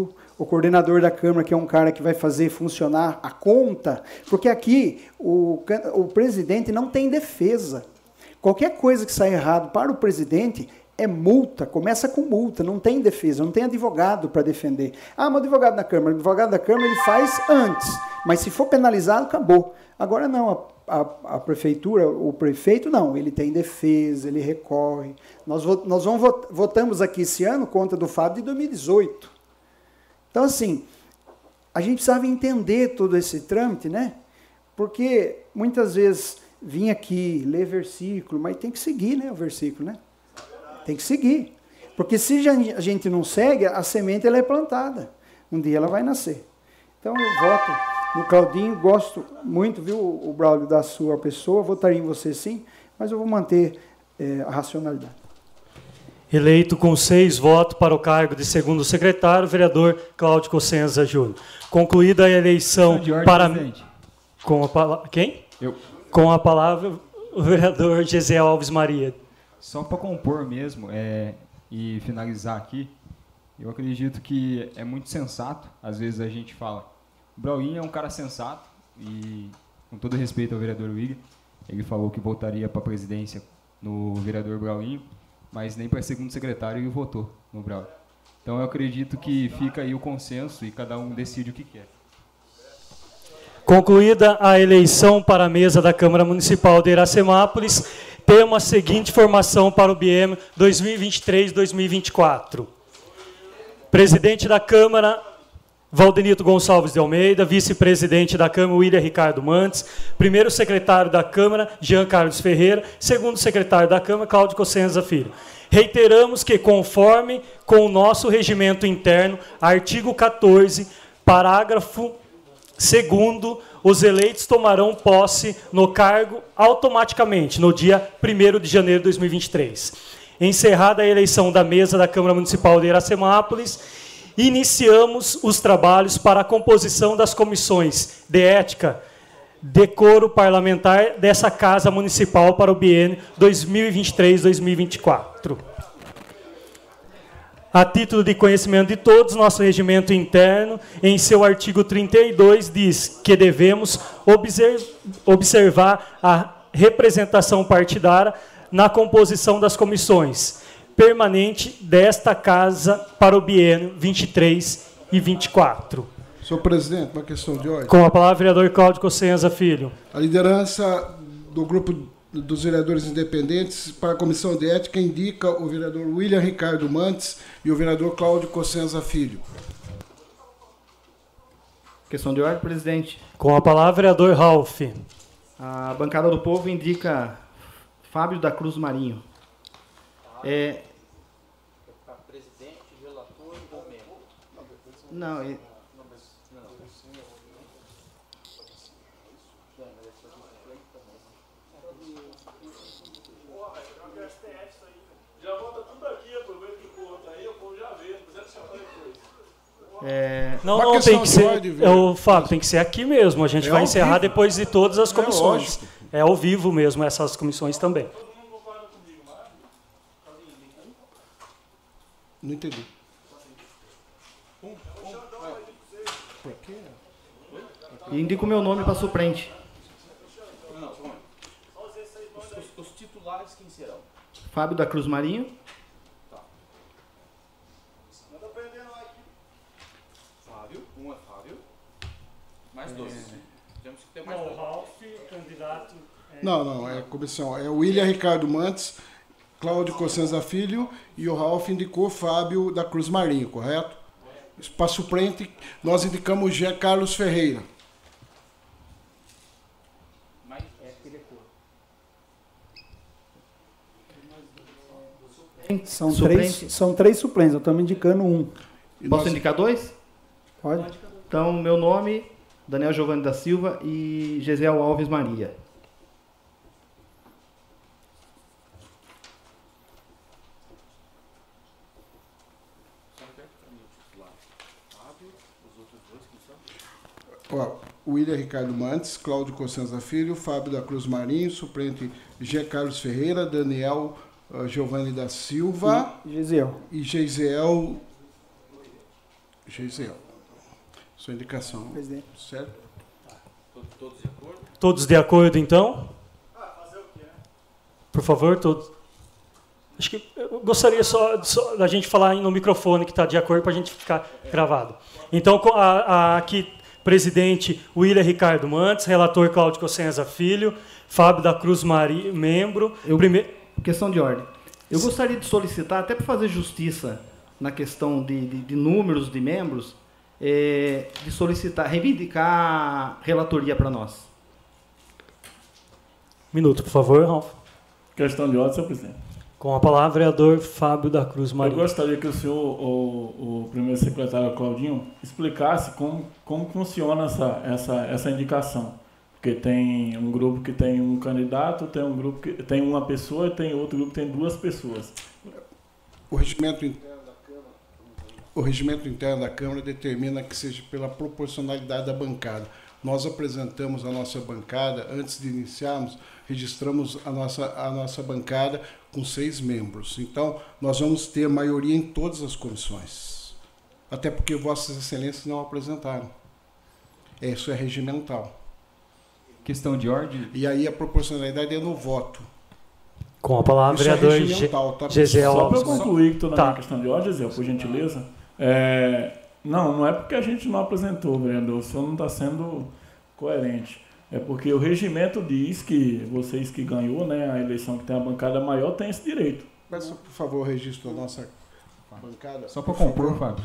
o coordenador da Câmara, que é um cara que vai fazer funcionar a conta, porque aqui o presidente não tem defesa. Qualquer coisa que sai errado para o presidente é multa, começa com multa, não tem defesa, não tem advogado para defender. Ah, mas advogado da Câmara, o advogado da Câmara ele faz antes, mas se for penalizado, acabou. Agora não, a prefeitura, o prefeito não, ele tem defesa, ele recorre. Nós votamos aqui esse ano contra do Fábio de 2018. Então, assim, a gente precisava entender todo esse trâmite, né? Porque muitas vezes vinha aqui, ler versículo, mas tem que seguir, né, o versículo, né? Tem que seguir. Porque se a gente não segue, a semente ela é plantada. Um dia ela vai nascer. Então eu voto no Claudinho, gosto muito, viu, o Braulio, da sua pessoa, votaria em você sim, mas eu vou manter a racionalidade. Eleito com 6 votos para o cargo de segundo secretário, o vereador Cláudio Cossenza Júnior. Concluída a eleição para... Com a palavra... Quem? Eu. Com a palavra, o vereador Gesiel Alves Maria. Só para compor mesmo e finalizar aqui, eu acredito que é muito sensato. Às vezes a gente fala, o Braulinho é um cara sensato e, com todo respeito ao vereador William, ele falou que votaria para a presidência no vereador Braulinho, mas nem para segundo secretário ele votou no Braulio. Então eu acredito que fica aí o consenso e cada um decide o que quer. Concluída a eleição para a mesa da Câmara Municipal de Iracemápolis, temos a seguinte formação para o biênio 2023-2024. Presidente da Câmara, Valdenito Gonçalves de Almeida. Vice-presidente da Câmara, William Ricardo Mantes. Primeiro secretário da Câmara, Jean Carlos Ferreira. Segundo secretário da Câmara, Cláudio Cossenza Filho. Reiteramos que, conforme com o nosso regimento interno, artigo 14, parágrafo 2º, os eleitos tomarão posse no cargo automaticamente, no dia 1º de janeiro de 2023. Encerrada a eleição da mesa da Câmara Municipal de Iracemápolis, iniciamos os trabalhos para a composição das comissões de ética, decoro parlamentar dessa Casa Municipal para o biênio 2023-2024. A título de conhecimento de todos, nosso regimento interno, em seu artigo 32, diz que devemos observar a representação partidária na composição das comissões permanente desta Casa para o biênio 23 e 24. Senhor presidente, uma questão de ordem. Com a palavra, vereador Cláudio Cossenza Filho. A liderança do grupo dos vereadores independentes para a comissão de ética indica o vereador William Ricardo Mantes e o vereador Cláudio Cossenza Filho. Questão de ordem, presidente. Com a palavra, vereador Ralph. A bancada do povo indica Fábio da Cruz Marinho. Presidente, relator ou membro? Não, Não, tem que ser. Fábio, tem que ser aqui mesmo. A gente vai encerrar depois de todas as comissões. É ao vivo mesmo, essas comissões também. Não entendi. E indico o meu nome para suplente. Os titulares quem serão? Fábio da Cruz Marinho. Mais 2. Temos que ter mais 2. Ralph, candidato. Não, é a comissão. É o William Ricardo Mantes, Cláudio Cossenza Filho e o Ralph indicou Fábio da Cruz Marinho, correto? Para suplente, nós indicamos o Jean Carlos Ferreira. São três suplentes, eu estou me indicando um. Posso indicar 2? Pode. Então, meu nome, Daniel Giovanni da Silva e Gesiel Alves Maria. William Ricardo Mantes, Cláudio Cossenza Filho, Fábio da Cruz Marinho, suplente Jean Carlos Ferreira, Daniel Giovanni da Silva e Gesiel. E Gesiel. Sua indicação. Presidente. Certo? Todos de acordo? Todos de acordo, então? Por favor, todos. Acho que eu gostaria só da gente falar no microfone que está de acordo para a gente ficar gravado. Então, aqui, presidente William Ricardo Mantes, relator Cláudio Cossenza Filho, Fábio da Cruz Maria, membro. Questão de ordem. Eu gostaria de solicitar, até para fazer justiça na questão de números de membros, de solicitar, reivindicar relatoria para nós. Minuto, por favor, Ralf. Questão de ordem, senhor presidente. Com a palavra, vereador Fábio da Cruz Maria. Eu gostaria que o senhor, o primeiro secretário Claudinho, explicasse como funciona essa indicação. Porque tem um grupo que tem um candidato, tem um grupo que tem uma pessoa e tem outro grupo que tem 2 pessoas. O regimento interno da Câmara determina que seja pela proporcionalidade da bancada. Nós apresentamos a nossa bancada, antes de iniciarmos, registramos a nossa bancada com 6 membros. Então, nós vamos ter maioria em todas as comissões. Até porque Vossas Excelências não apresentaram. Isso é regimental. Questão de ordem. E aí a proporcionalidade é no voto. Com a palavra, vereador Gesiel. Só para eu concluir que estou na minha questão de ordem, Gesiel, por gentileza. Não é porque a gente não apresentou, vereador, o senhor não está sendo coerente. É porque o regimento diz que vocês que ganhou, né, a eleição que tem a bancada maior, tem esse direito. Peço, por favor, o registro da nossa bancada. Só para compor, Fábio.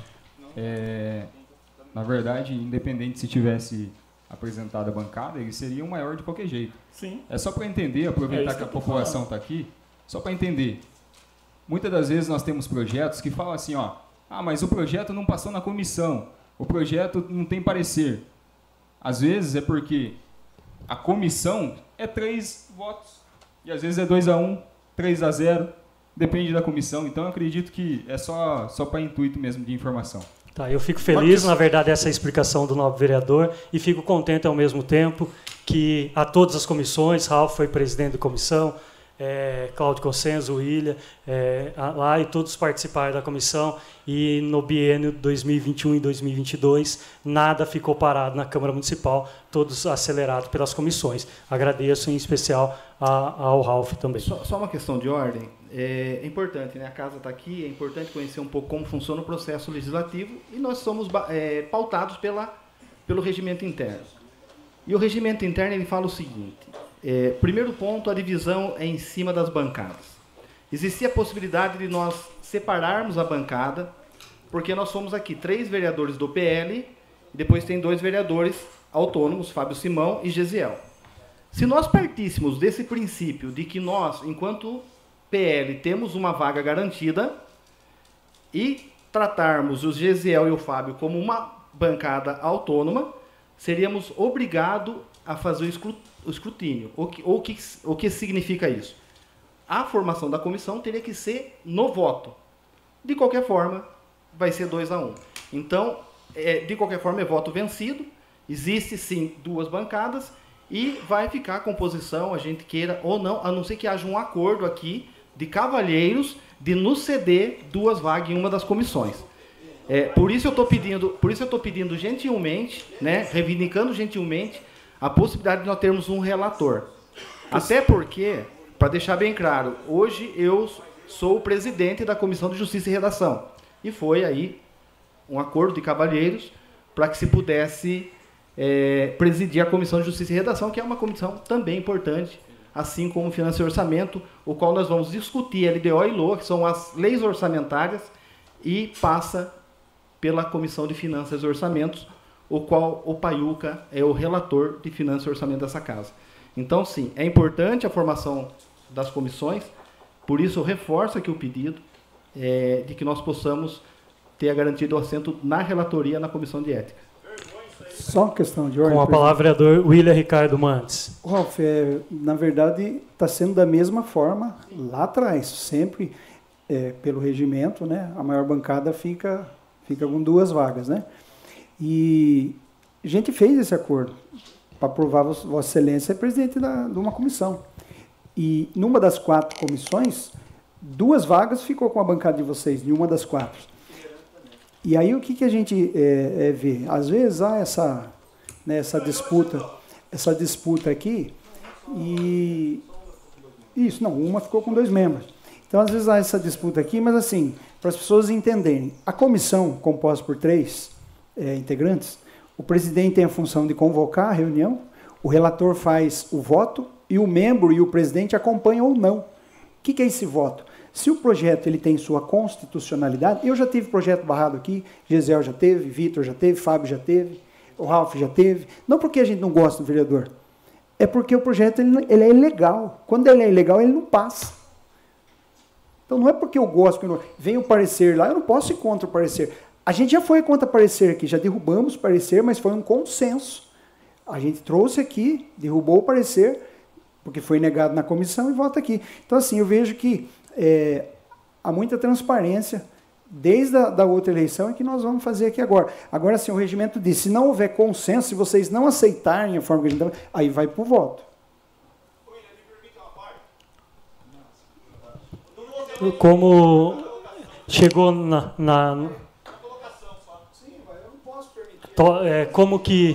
Na verdade, independente se tivesse apresentado a bancada, ele seria o maior de qualquer jeito. Sim. É só para entender, aproveitar que a população está aqui, só para entender. Muitas das vezes nós temos projetos que falam assim, mas o projeto não passou na comissão, o projeto não tem parecer. Às vezes é porque a comissão é 3 votos, e às vezes é 2-1, 3-0, depende da comissão. Então eu acredito que é só para intuito mesmo de informação. Tá, eu fico feliz, na verdade, essa explicação do novo vereador e fico contente ao mesmo tempo que a todas as comissões, Ralf foi presidente da comissão, Cláudio Cossenza, William, lá e todos participaram da comissão e no biênio 2021 e 2022 nada ficou parado na Câmara Municipal, todos acelerados pelas comissões. Agradeço em especial ao Ralf também. Só uma questão de ordem. É importante, né? A casa está aqui, é importante conhecer um pouco como funciona o processo legislativo e nós somos pautados pelo regimento interno. E o regimento interno ele fala o seguinte: primeiro ponto, a divisão é em cima das bancadas. Existia a possibilidade de nós separarmos a bancada, porque nós somos aqui 3 vereadores do PL e depois tem 2 vereadores autônomos, Fábio Simão e Gesiel. Se nós partíssemos desse princípio de que nós, enquanto PL, temos uma vaga garantida e tratarmos o Gesiel e o Fábio como uma bancada autônoma, seríamos obrigados a fazer o escrutínio. O que significa isso? A formação da comissão teria que ser no voto. De qualquer forma, vai ser 2-1. Então, de qualquer forma, é voto vencido. Existe, sim, 2 bancadas e vai ficar a composição, a gente queira ou não, a não ser que haja um acordo aqui de cavalheiros de nos ceder 2 vagas em uma das comissões. Por isso eu estou pedindo gentilmente, né, reivindicando gentilmente, a possibilidade de nós termos um relator. Até porque, para deixar bem claro, hoje eu sou o presidente da Comissão de Justiça e Redação. E foi aí um acordo de cavalheiros para que se pudesse presidir a Comissão de Justiça e Redação, que é uma comissão também importante, assim como Finanças e Orçamento, o qual nós vamos discutir LDO e LOA, que são as leis orçamentárias, e passa pela Comissão de Finanças e Orçamentos, o qual o Paiuca é o relator de Finanças e Orçamento dessa casa. Então, sim, é importante a formação das comissões, por isso eu reforço aqui o pedido de que nós possamos ter a garantia do assento na relatoria na Comissão de Ética. Só uma questão de ordem. Com a palavra, vereador William Ricardo Mantes. Ralf, na verdade, está sendo da mesma forma lá atrás, sempre pelo regimento, né? A maior bancada fica com 2 vagas, né? E a gente fez esse acordo para aprovar Vossa Excelência é presidente de uma comissão. E numa das 4 comissões, 2 vagas ficou com a bancada de vocês, em uma das 4. E aí o que a gente vê? Às vezes há essa disputa aqui, e isso, não, uma ficou com 2 membros. Então, às vezes há essa disputa aqui, mas assim, para as pessoas entenderem, a comissão, composta por 3 integrantes, o presidente tem a função de convocar a reunião, o relator faz o voto, e o membro e o presidente acompanham ou não. O que é esse voto? Se o projeto ele tem sua constitucionalidade, eu já tive projeto barrado aqui, Gesiel já teve, Vitor já teve, Fábio já teve, o Ralf já teve, não porque a gente não gosta do vereador, é porque o projeto ele é ilegal. Quando ele é ilegal, ele não passa. Então não é porque eu gosto, vem o parecer lá, eu não posso ir contra o parecer. A gente já foi contra o parecer aqui, já derrubamos o parecer, mas foi um consenso. A gente trouxe aqui, derrubou o parecer, porque foi negado na comissão e vota aqui. Então assim, eu vejo que há muita transparência desde a outra eleição e que nós vamos fazer aqui agora. Agora, assim, o regimento diz, se não houver consenso, se vocês não aceitarem a forma que a gente está, aí vai para o voto. Como chegou como que...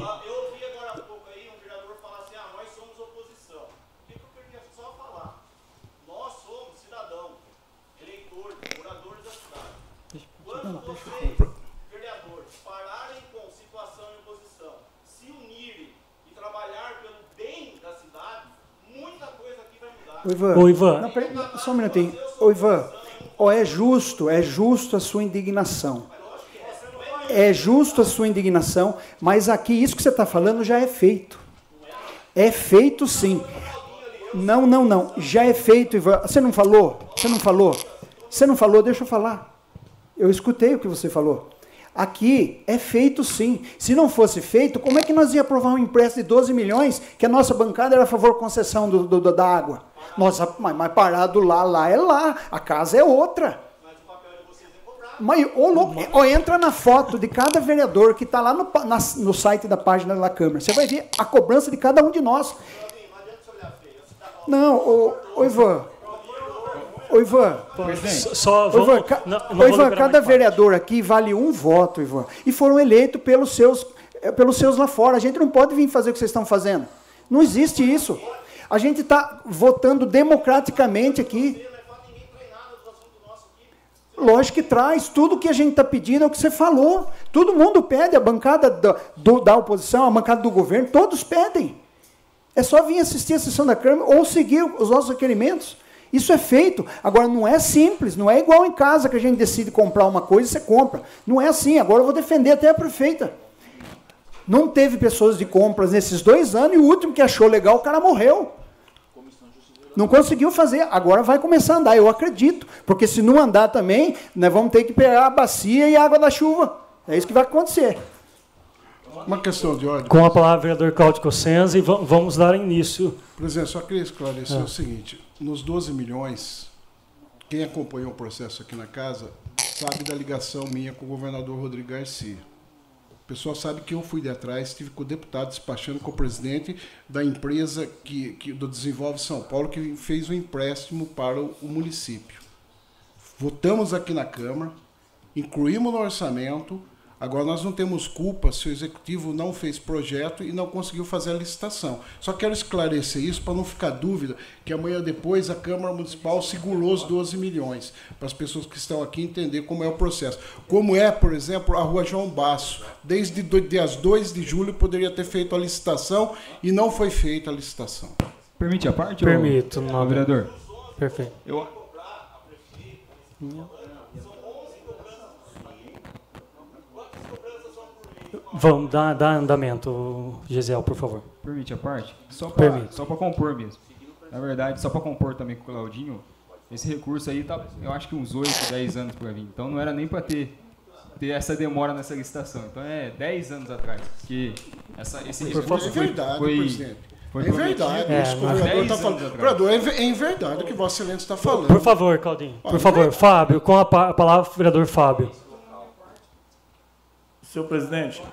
Vereadores pararem com situação e oposição, se unirem e trabalhar pelo bem da cidade, muita coisa aqui vai mudar. Ô, Ivan. Não, peraí, só um minutinho. Ô, Ivan, é justo a sua indignação. É justo a sua indignação, mas aqui isso que você está falando já é feito. É feito sim. Não. Já é feito, Ivan. Você não falou? Você não falou, deixa eu falar. Eu escutei o que você falou. Aqui é feito sim. Se não fosse feito, como é que nós ia aprovar um empréstimo de 12 milhões, que a nossa bancada era a favor da concessão da água? Nossa, mas parado lá é lá. A casa é outra. Mas, louco, entra na foto de cada vereador que está lá no site da página da Câmara. Você vai ver a cobrança de cada um de nós. Não, ô Ivan... Ô, Ivan, cada vereador aqui vale um voto, Ivan. E foram eleitos pelos seus lá fora. A gente não pode vir fazer o que vocês estão fazendo. Não existe isso. A gente está votando democraticamente aqui. Lógico que traz. Tudo que a gente está pedindo é o que você falou. Todo mundo pede. A bancada da oposição, a bancada do governo, todos pedem. É só vir assistir a sessão da Câmara ou seguir os nossos requerimentos. Isso é feito. Agora, não é simples, não é igual em casa que a gente decide comprar uma coisa e você compra. Não é assim. Agora eu vou defender até a prefeita. Não teve pessoas de compras nesses 2 anos e o último que achou legal, o cara morreu. Não conseguiu fazer. Agora vai começar a andar, eu acredito. Porque se não andar também, nós vamos ter que pegar a bacia e a água da chuva. É isso que vai acontecer. Uma questão de ordem. Com a palavra, vereador Cláudio Cossenza, e vamos dar início. Presidente, só queria esclarecer o seguinte. Nos 12 milhões, quem acompanhou o processo aqui na casa sabe da ligação minha com o governador Rodrigo Garcia. O pessoal sabe que eu fui de atrás, estive com o deputado despachando com o presidente da empresa do Desenvolve São Paulo, que fez um empréstimo para o município. Votamos aqui na Câmara, incluímos no orçamento. Agora, nós não temos culpa se o executivo não fez projeto e não conseguiu fazer a licitação. Só quero esclarecer isso para não ficar dúvida que amanhã depois a Câmara Municipal segurou os 12 milhões, para as pessoas que estão aqui entender como é o processo. Como é, por exemplo, a Rua João Basso. Desde dias 2 de julho poderia ter feito a licitação e não foi feita a licitação. Permite a parte? Permito, vereador. Perfeito. Vamos dar andamento, Gesiel, por favor. Permite a parte? Só para compor mesmo. Na verdade, só para compor também com o Claudinho, esse recurso aí tá, eu acho que uns 8, 10 anos para vir. Então não era nem para ter essa demora nessa licitação. Então é 10 anos atrás que esse recurso foi verdade, foi presidente. É verdade, isso que o vereador está falando. Vereador, é em verdade o que Vossa Excelência está falando. Por favor, Claudinho. Por favor, Fábio, com a palavra, vereador Fábio. Senhor presidente,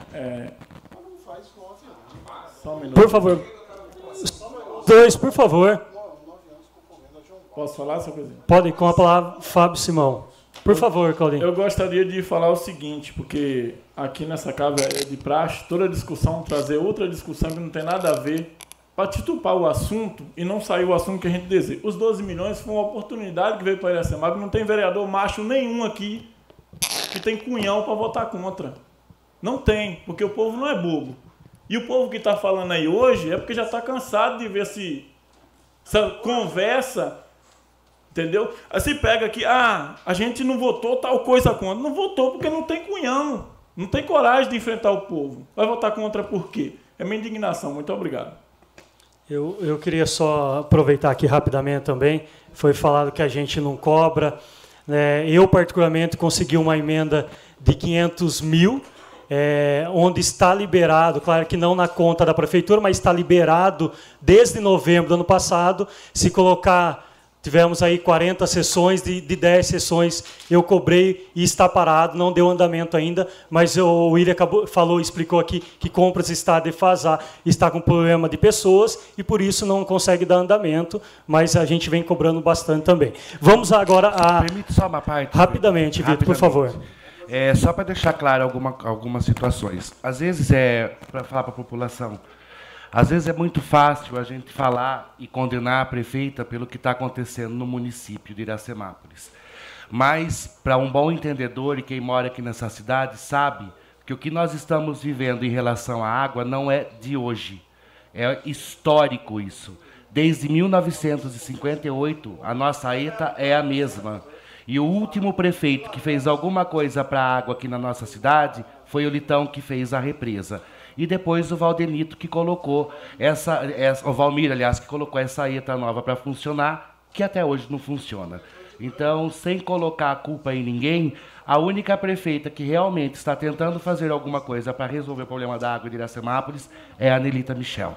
só um minuto. Por favor. 2, por favor. Posso falar, senhor presidente? Pode, com a palavra, Fábio Simão. Por favor, Claudinho. Eu gostaria de falar o seguinte, porque aqui nessa casa é de praxe, toda discussão, trazer outra discussão que não tem nada a ver, para titupar o assunto e não sair o assunto que a gente deseja. Os 12 milhões foi uma oportunidade que veio para a Iracemap, não tem vereador macho nenhum aqui que tem cunhão para votar contra. Não tem, porque o povo não é bobo. E o povo que está falando aí hoje é porque já está cansado de ver essa conversa, entendeu? Aí se pega aqui, a gente não votou tal coisa contra. Não votou porque não tem cunhão, não tem coragem de enfrentar o povo. Vai votar contra por quê? É minha indignação. Muito obrigado. Eu queria só aproveitar aqui rapidamente também. Foi falado que a gente não cobra. Eu, particularmente, consegui uma emenda de 500 mil, onde está liberado, claro que não na conta da prefeitura, mas está liberado desde novembro do ano passado. Se colocar, tivemos aí 40 sessões, de 10 sessões eu cobrei e está parado, não deu andamento ainda, mas o William explicou aqui que compras está defasado, está com problema de pessoas e por isso não consegue dar andamento, mas a gente vem cobrando bastante também. Vamos agora a... Permite só uma parte? Rapidamente, Vitor, por favor. Só para deixar claro algumas situações. Às vezes, para falar para a população, às vezes é muito fácil a gente falar e condenar a prefeita pelo que está acontecendo no município de Iracemápolis. Mas, para um bom entendedor e quem mora aqui nessa cidade, sabe que o que nós estamos vivendo em relação à água não é de hoje. É histórico isso. Desde 1958, a nossa ETA é a mesma. E o último prefeito que fez alguma coisa para a água aqui na nossa cidade foi o Litão, que fez a represa. E depois o Valdenito, que colocou o Valmir, aliás, que colocou essa ETA nova para funcionar, que até hoje não funciona. Então, sem colocar a culpa em ninguém, a única prefeita que realmente está tentando fazer alguma coisa para resolver o problema da água de Iracemápolis é a Nelita Michel.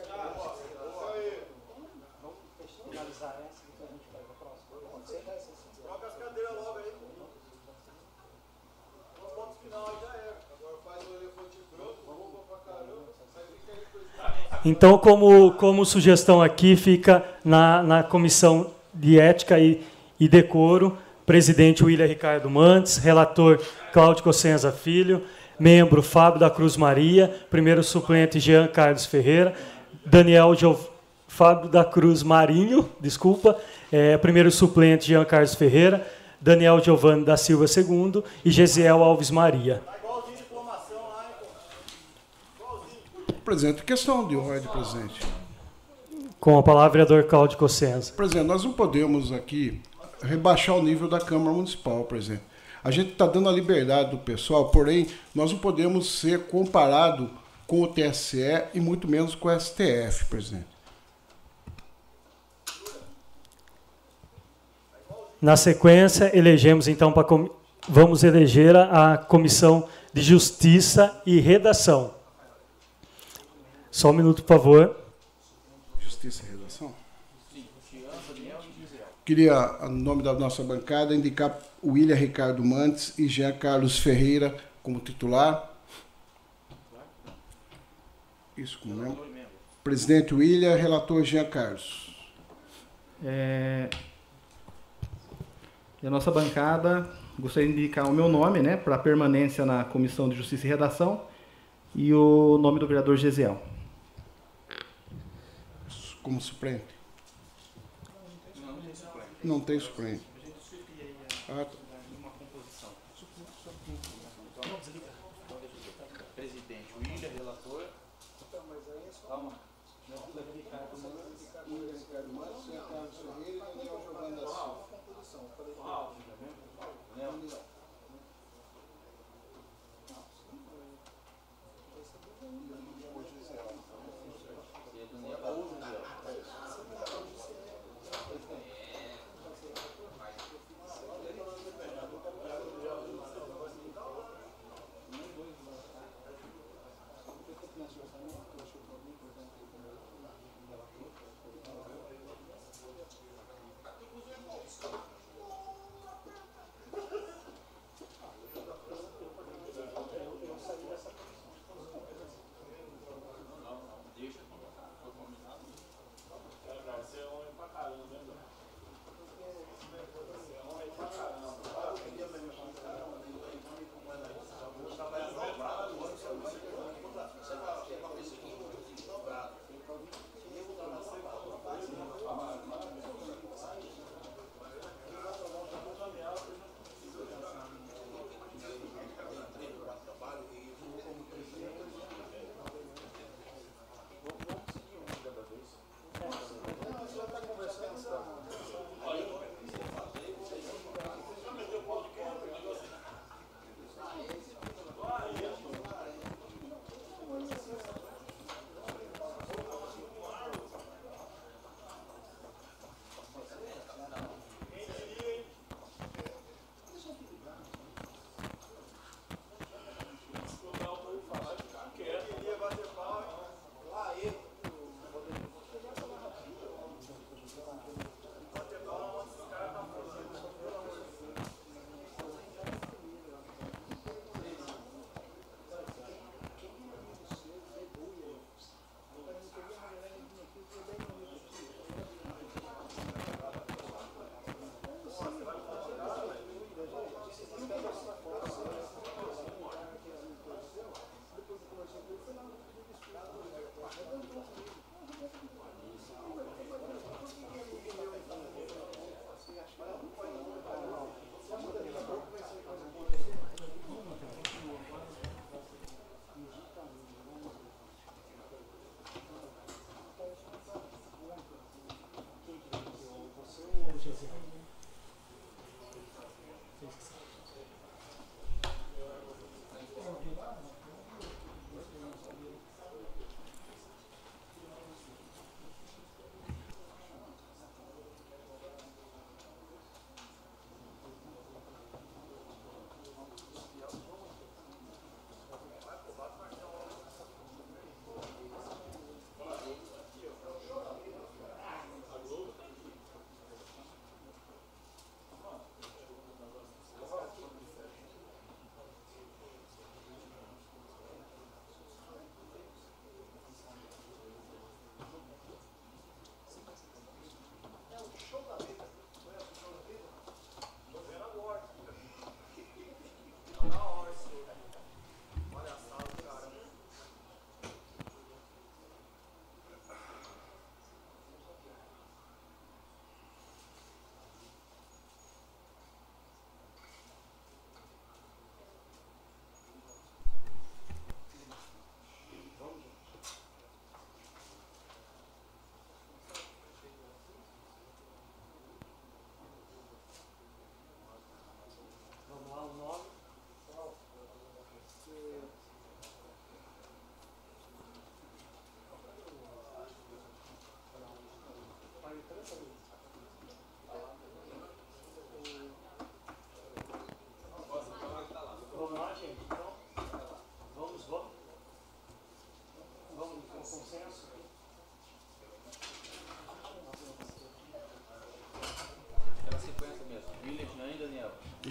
Então, como sugestão aqui, fica na Comissão de Ética e Decoro, presidente William Ricardo Mantes, relator Cláudio Cossenza Filho, membro Fábio da Cruz Maria, primeiro suplente Jean Carlos Ferreira, Fábio da Cruz Marinho, primeiro suplente Jean Carlos Ferreira, Daniel Giovanni da Silva II e Gesiel Alves Maria. Presidente, questão de ordem, presidente. Com a palavra, vereador Cláudio Cossenza. Presidente, nós não podemos aqui rebaixar o nível da Câmara Municipal, presidente. A gente está dando a liberdade do pessoal, porém, nós não podemos ser comparado com o TSE e muito menos com o STF, presidente. Na sequência, vamos eleger a Comissão de Justiça e Redação. Só um minuto, por favor. Justiça e Redação? Queria, em nome da nossa bancada, indicar o William Ricardo Mantes e Jean Carlos Ferreira como titular. Isso, como membro. Presidente William, relator Jean Carlos. A nossa bancada, gostaria de indicar o meu nome, para permanência na Comissão de Justiça e Redação, e o nome do vereador Gesiel. Como suplente? Não tem suplente. Presidente, o William, relator. Calma.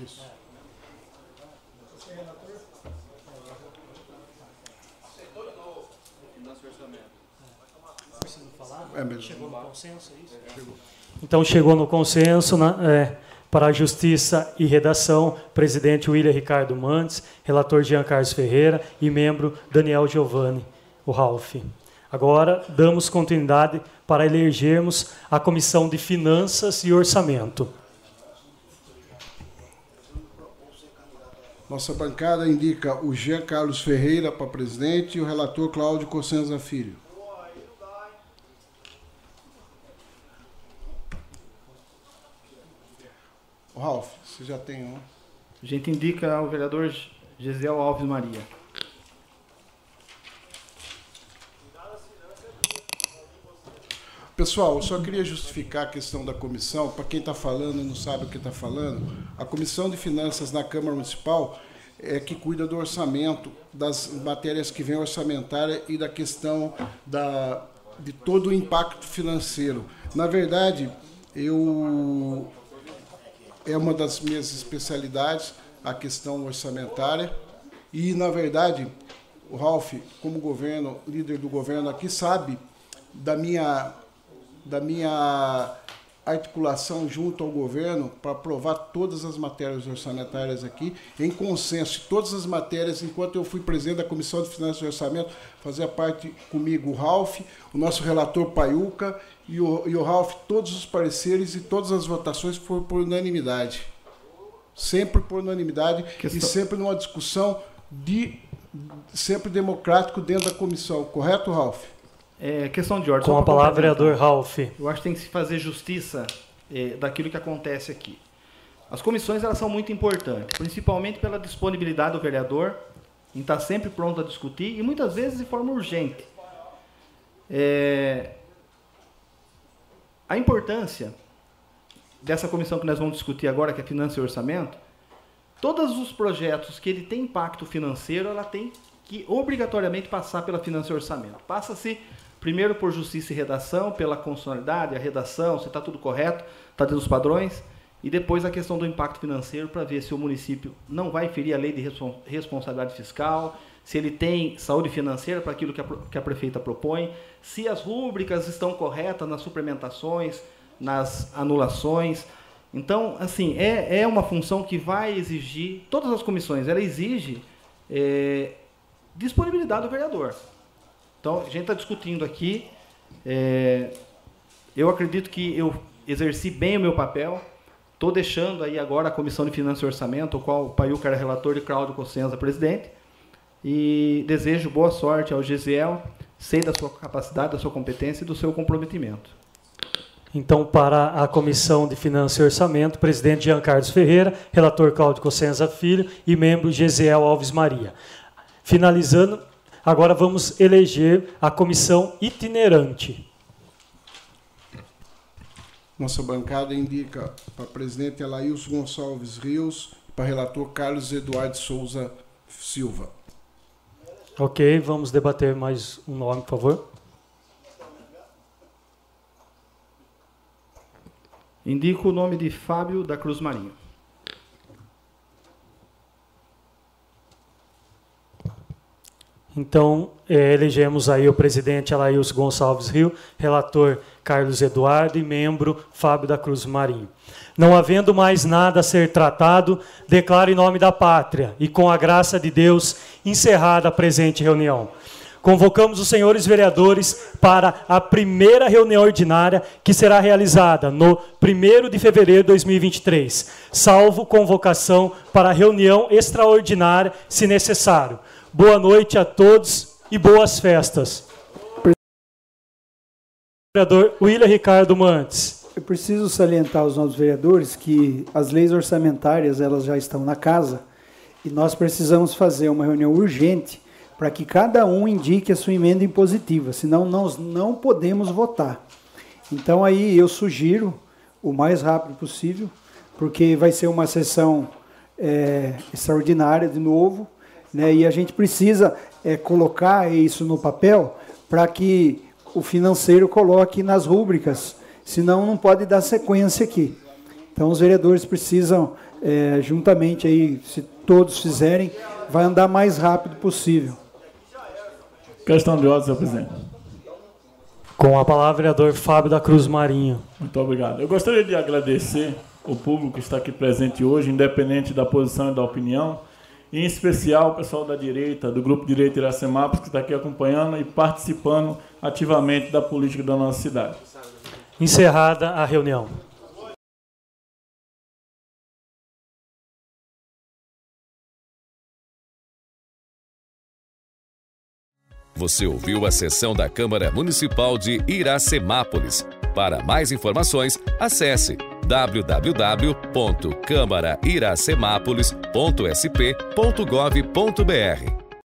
Isso. Chegou no consenso, é isso? Então, chegou no consenso para a Justiça e Redação, presidente William Ricardo Mantes, relator Jean Carlos Ferreira e membro Daniel Giovanni, o Ralph. Agora, damos continuidade para elegermos a Comissão de Finanças e Orçamento. Nossa bancada indica o Jean Carlos Ferreira para presidente e o relator Cláudio Cossenza Filho. Ralph, você já tem um. A gente indica o vereador Gesiel Alves Maria. Pessoal, eu só queria justificar a questão da comissão, para quem está falando e não sabe o que está falando. A Comissão de Finanças na Câmara Municipal é que cuida do orçamento, das matérias que vêm orçamentária e da questão de todo o impacto financeiro. Na verdade, é uma das minhas especialidades, a questão orçamentária. E, na verdade, o Ralph, como governo, líder do governo aqui, sabe da minha articulação junto ao governo para aprovar todas as matérias orçamentárias aqui, em consenso. Todas as matérias, enquanto eu fui presidente da Comissão de Finanças e Orçamento, fazia parte comigo o Ralph, o nosso relator Paiuca e o Ralph, todos os pareceres e todas as votações foram por unanimidade. Sempre por unanimidade e sempre numa discussão sempre democrático dentro da comissão. Correto, Ralph? É questão de ordem. Com a palavra, vereador Ralph. Eu acho que tem que se fazer justiça daquilo que acontece aqui. As comissões elas são muito importantes, principalmente pela disponibilidade do vereador em estar sempre pronto a discutir e muitas vezes de forma urgente. A importância dessa comissão que nós vamos discutir agora, que é Finanças e Orçamento, todos os projetos que ele tem impacto financeiro, ela tem que obrigatoriamente passar pela Finanças e Orçamento. Passa-se primeiro por Justiça e Redação, pela constitucionalidade, a redação, se está tudo correto, está dentro dos padrões, e depois a questão do impacto financeiro para ver se o município não vai ferir a lei de responsabilidade fiscal, se ele tem saúde financeira para aquilo que a prefeita propõe, se as rúbricas estão corretas nas suplementações, nas anulações. Então, assim, é uma função que vai exigir, todas as comissões, ela exige disponibilidade do vereador. Então, a gente está discutindo aqui, eu acredito que eu exerci bem o meu papel, estou deixando aí agora a Comissão de Finanças e Orçamento, o qual o Paiuca era relator e Cláudio Cossenza presidente, e desejo boa sorte ao Gesiel, sei da sua capacidade, da sua competência e do seu comprometimento. Então, para a Comissão de Finanças e Orçamento, presidente Jean Carlos Ferreira, relator Cláudio Cossenza Filho e membro Gesiel Alves Maria. Finalizando, agora vamos eleger a comissão itinerante. Nossa bancada indica para presidente Elailson Gonçalves Rios, para relator Carlos Eduardo Souza Silva. Ok, vamos debater mais um nome, por favor. Indico o nome de Fábio da Cruz Marinho. Então, elegemos aí o presidente Elailson Gonçalves Rio, relator Carlos Eduardo e membro Fábio da Cruz Marinho. Não havendo mais nada a ser tratado, declaro em nome da pátria e com a graça de Deus encerrada a presente reunião. Convocamos os senhores vereadores para a primeira reunião ordinária que será realizada no 1º de fevereiro de 2023, salvo convocação para a reunião extraordinária, se necessário. Boa noite a todos e boas festas. Vereador William Ricardo Mantes. Eu preciso salientar aos novos vereadores que as leis orçamentárias elas já estão na casa e nós precisamos fazer uma reunião urgente para que cada um indique a sua emenda impositiva, senão nós não podemos votar. Então aí eu sugiro o mais rápido possível, porque vai ser uma sessão extraordinária de novo, né, e a gente precisa colocar isso no papel para que o financeiro coloque nas rúbricas, senão não pode dar sequência aqui. Então, os vereadores precisam, juntamente, aí, se todos fizerem, vai andar mais rápido possível. Questão de ordem, senhor presidente. Com a palavra, vereador Fábio da Cruz Marinho. Muito obrigado. Eu gostaria de agradecer o público que está aqui presente hoje, independente da posição e da opinião, e, em especial, o pessoal da direita, do Grupo Direita Iracemápolis, que está aqui acompanhando e participando ativamente da política da nossa cidade. Encerrada a reunião. Você ouviu a sessão da Câmara Municipal de Iracemápolis. Para mais informações, acesse www.câmarairacemápolis.sp.gov.br.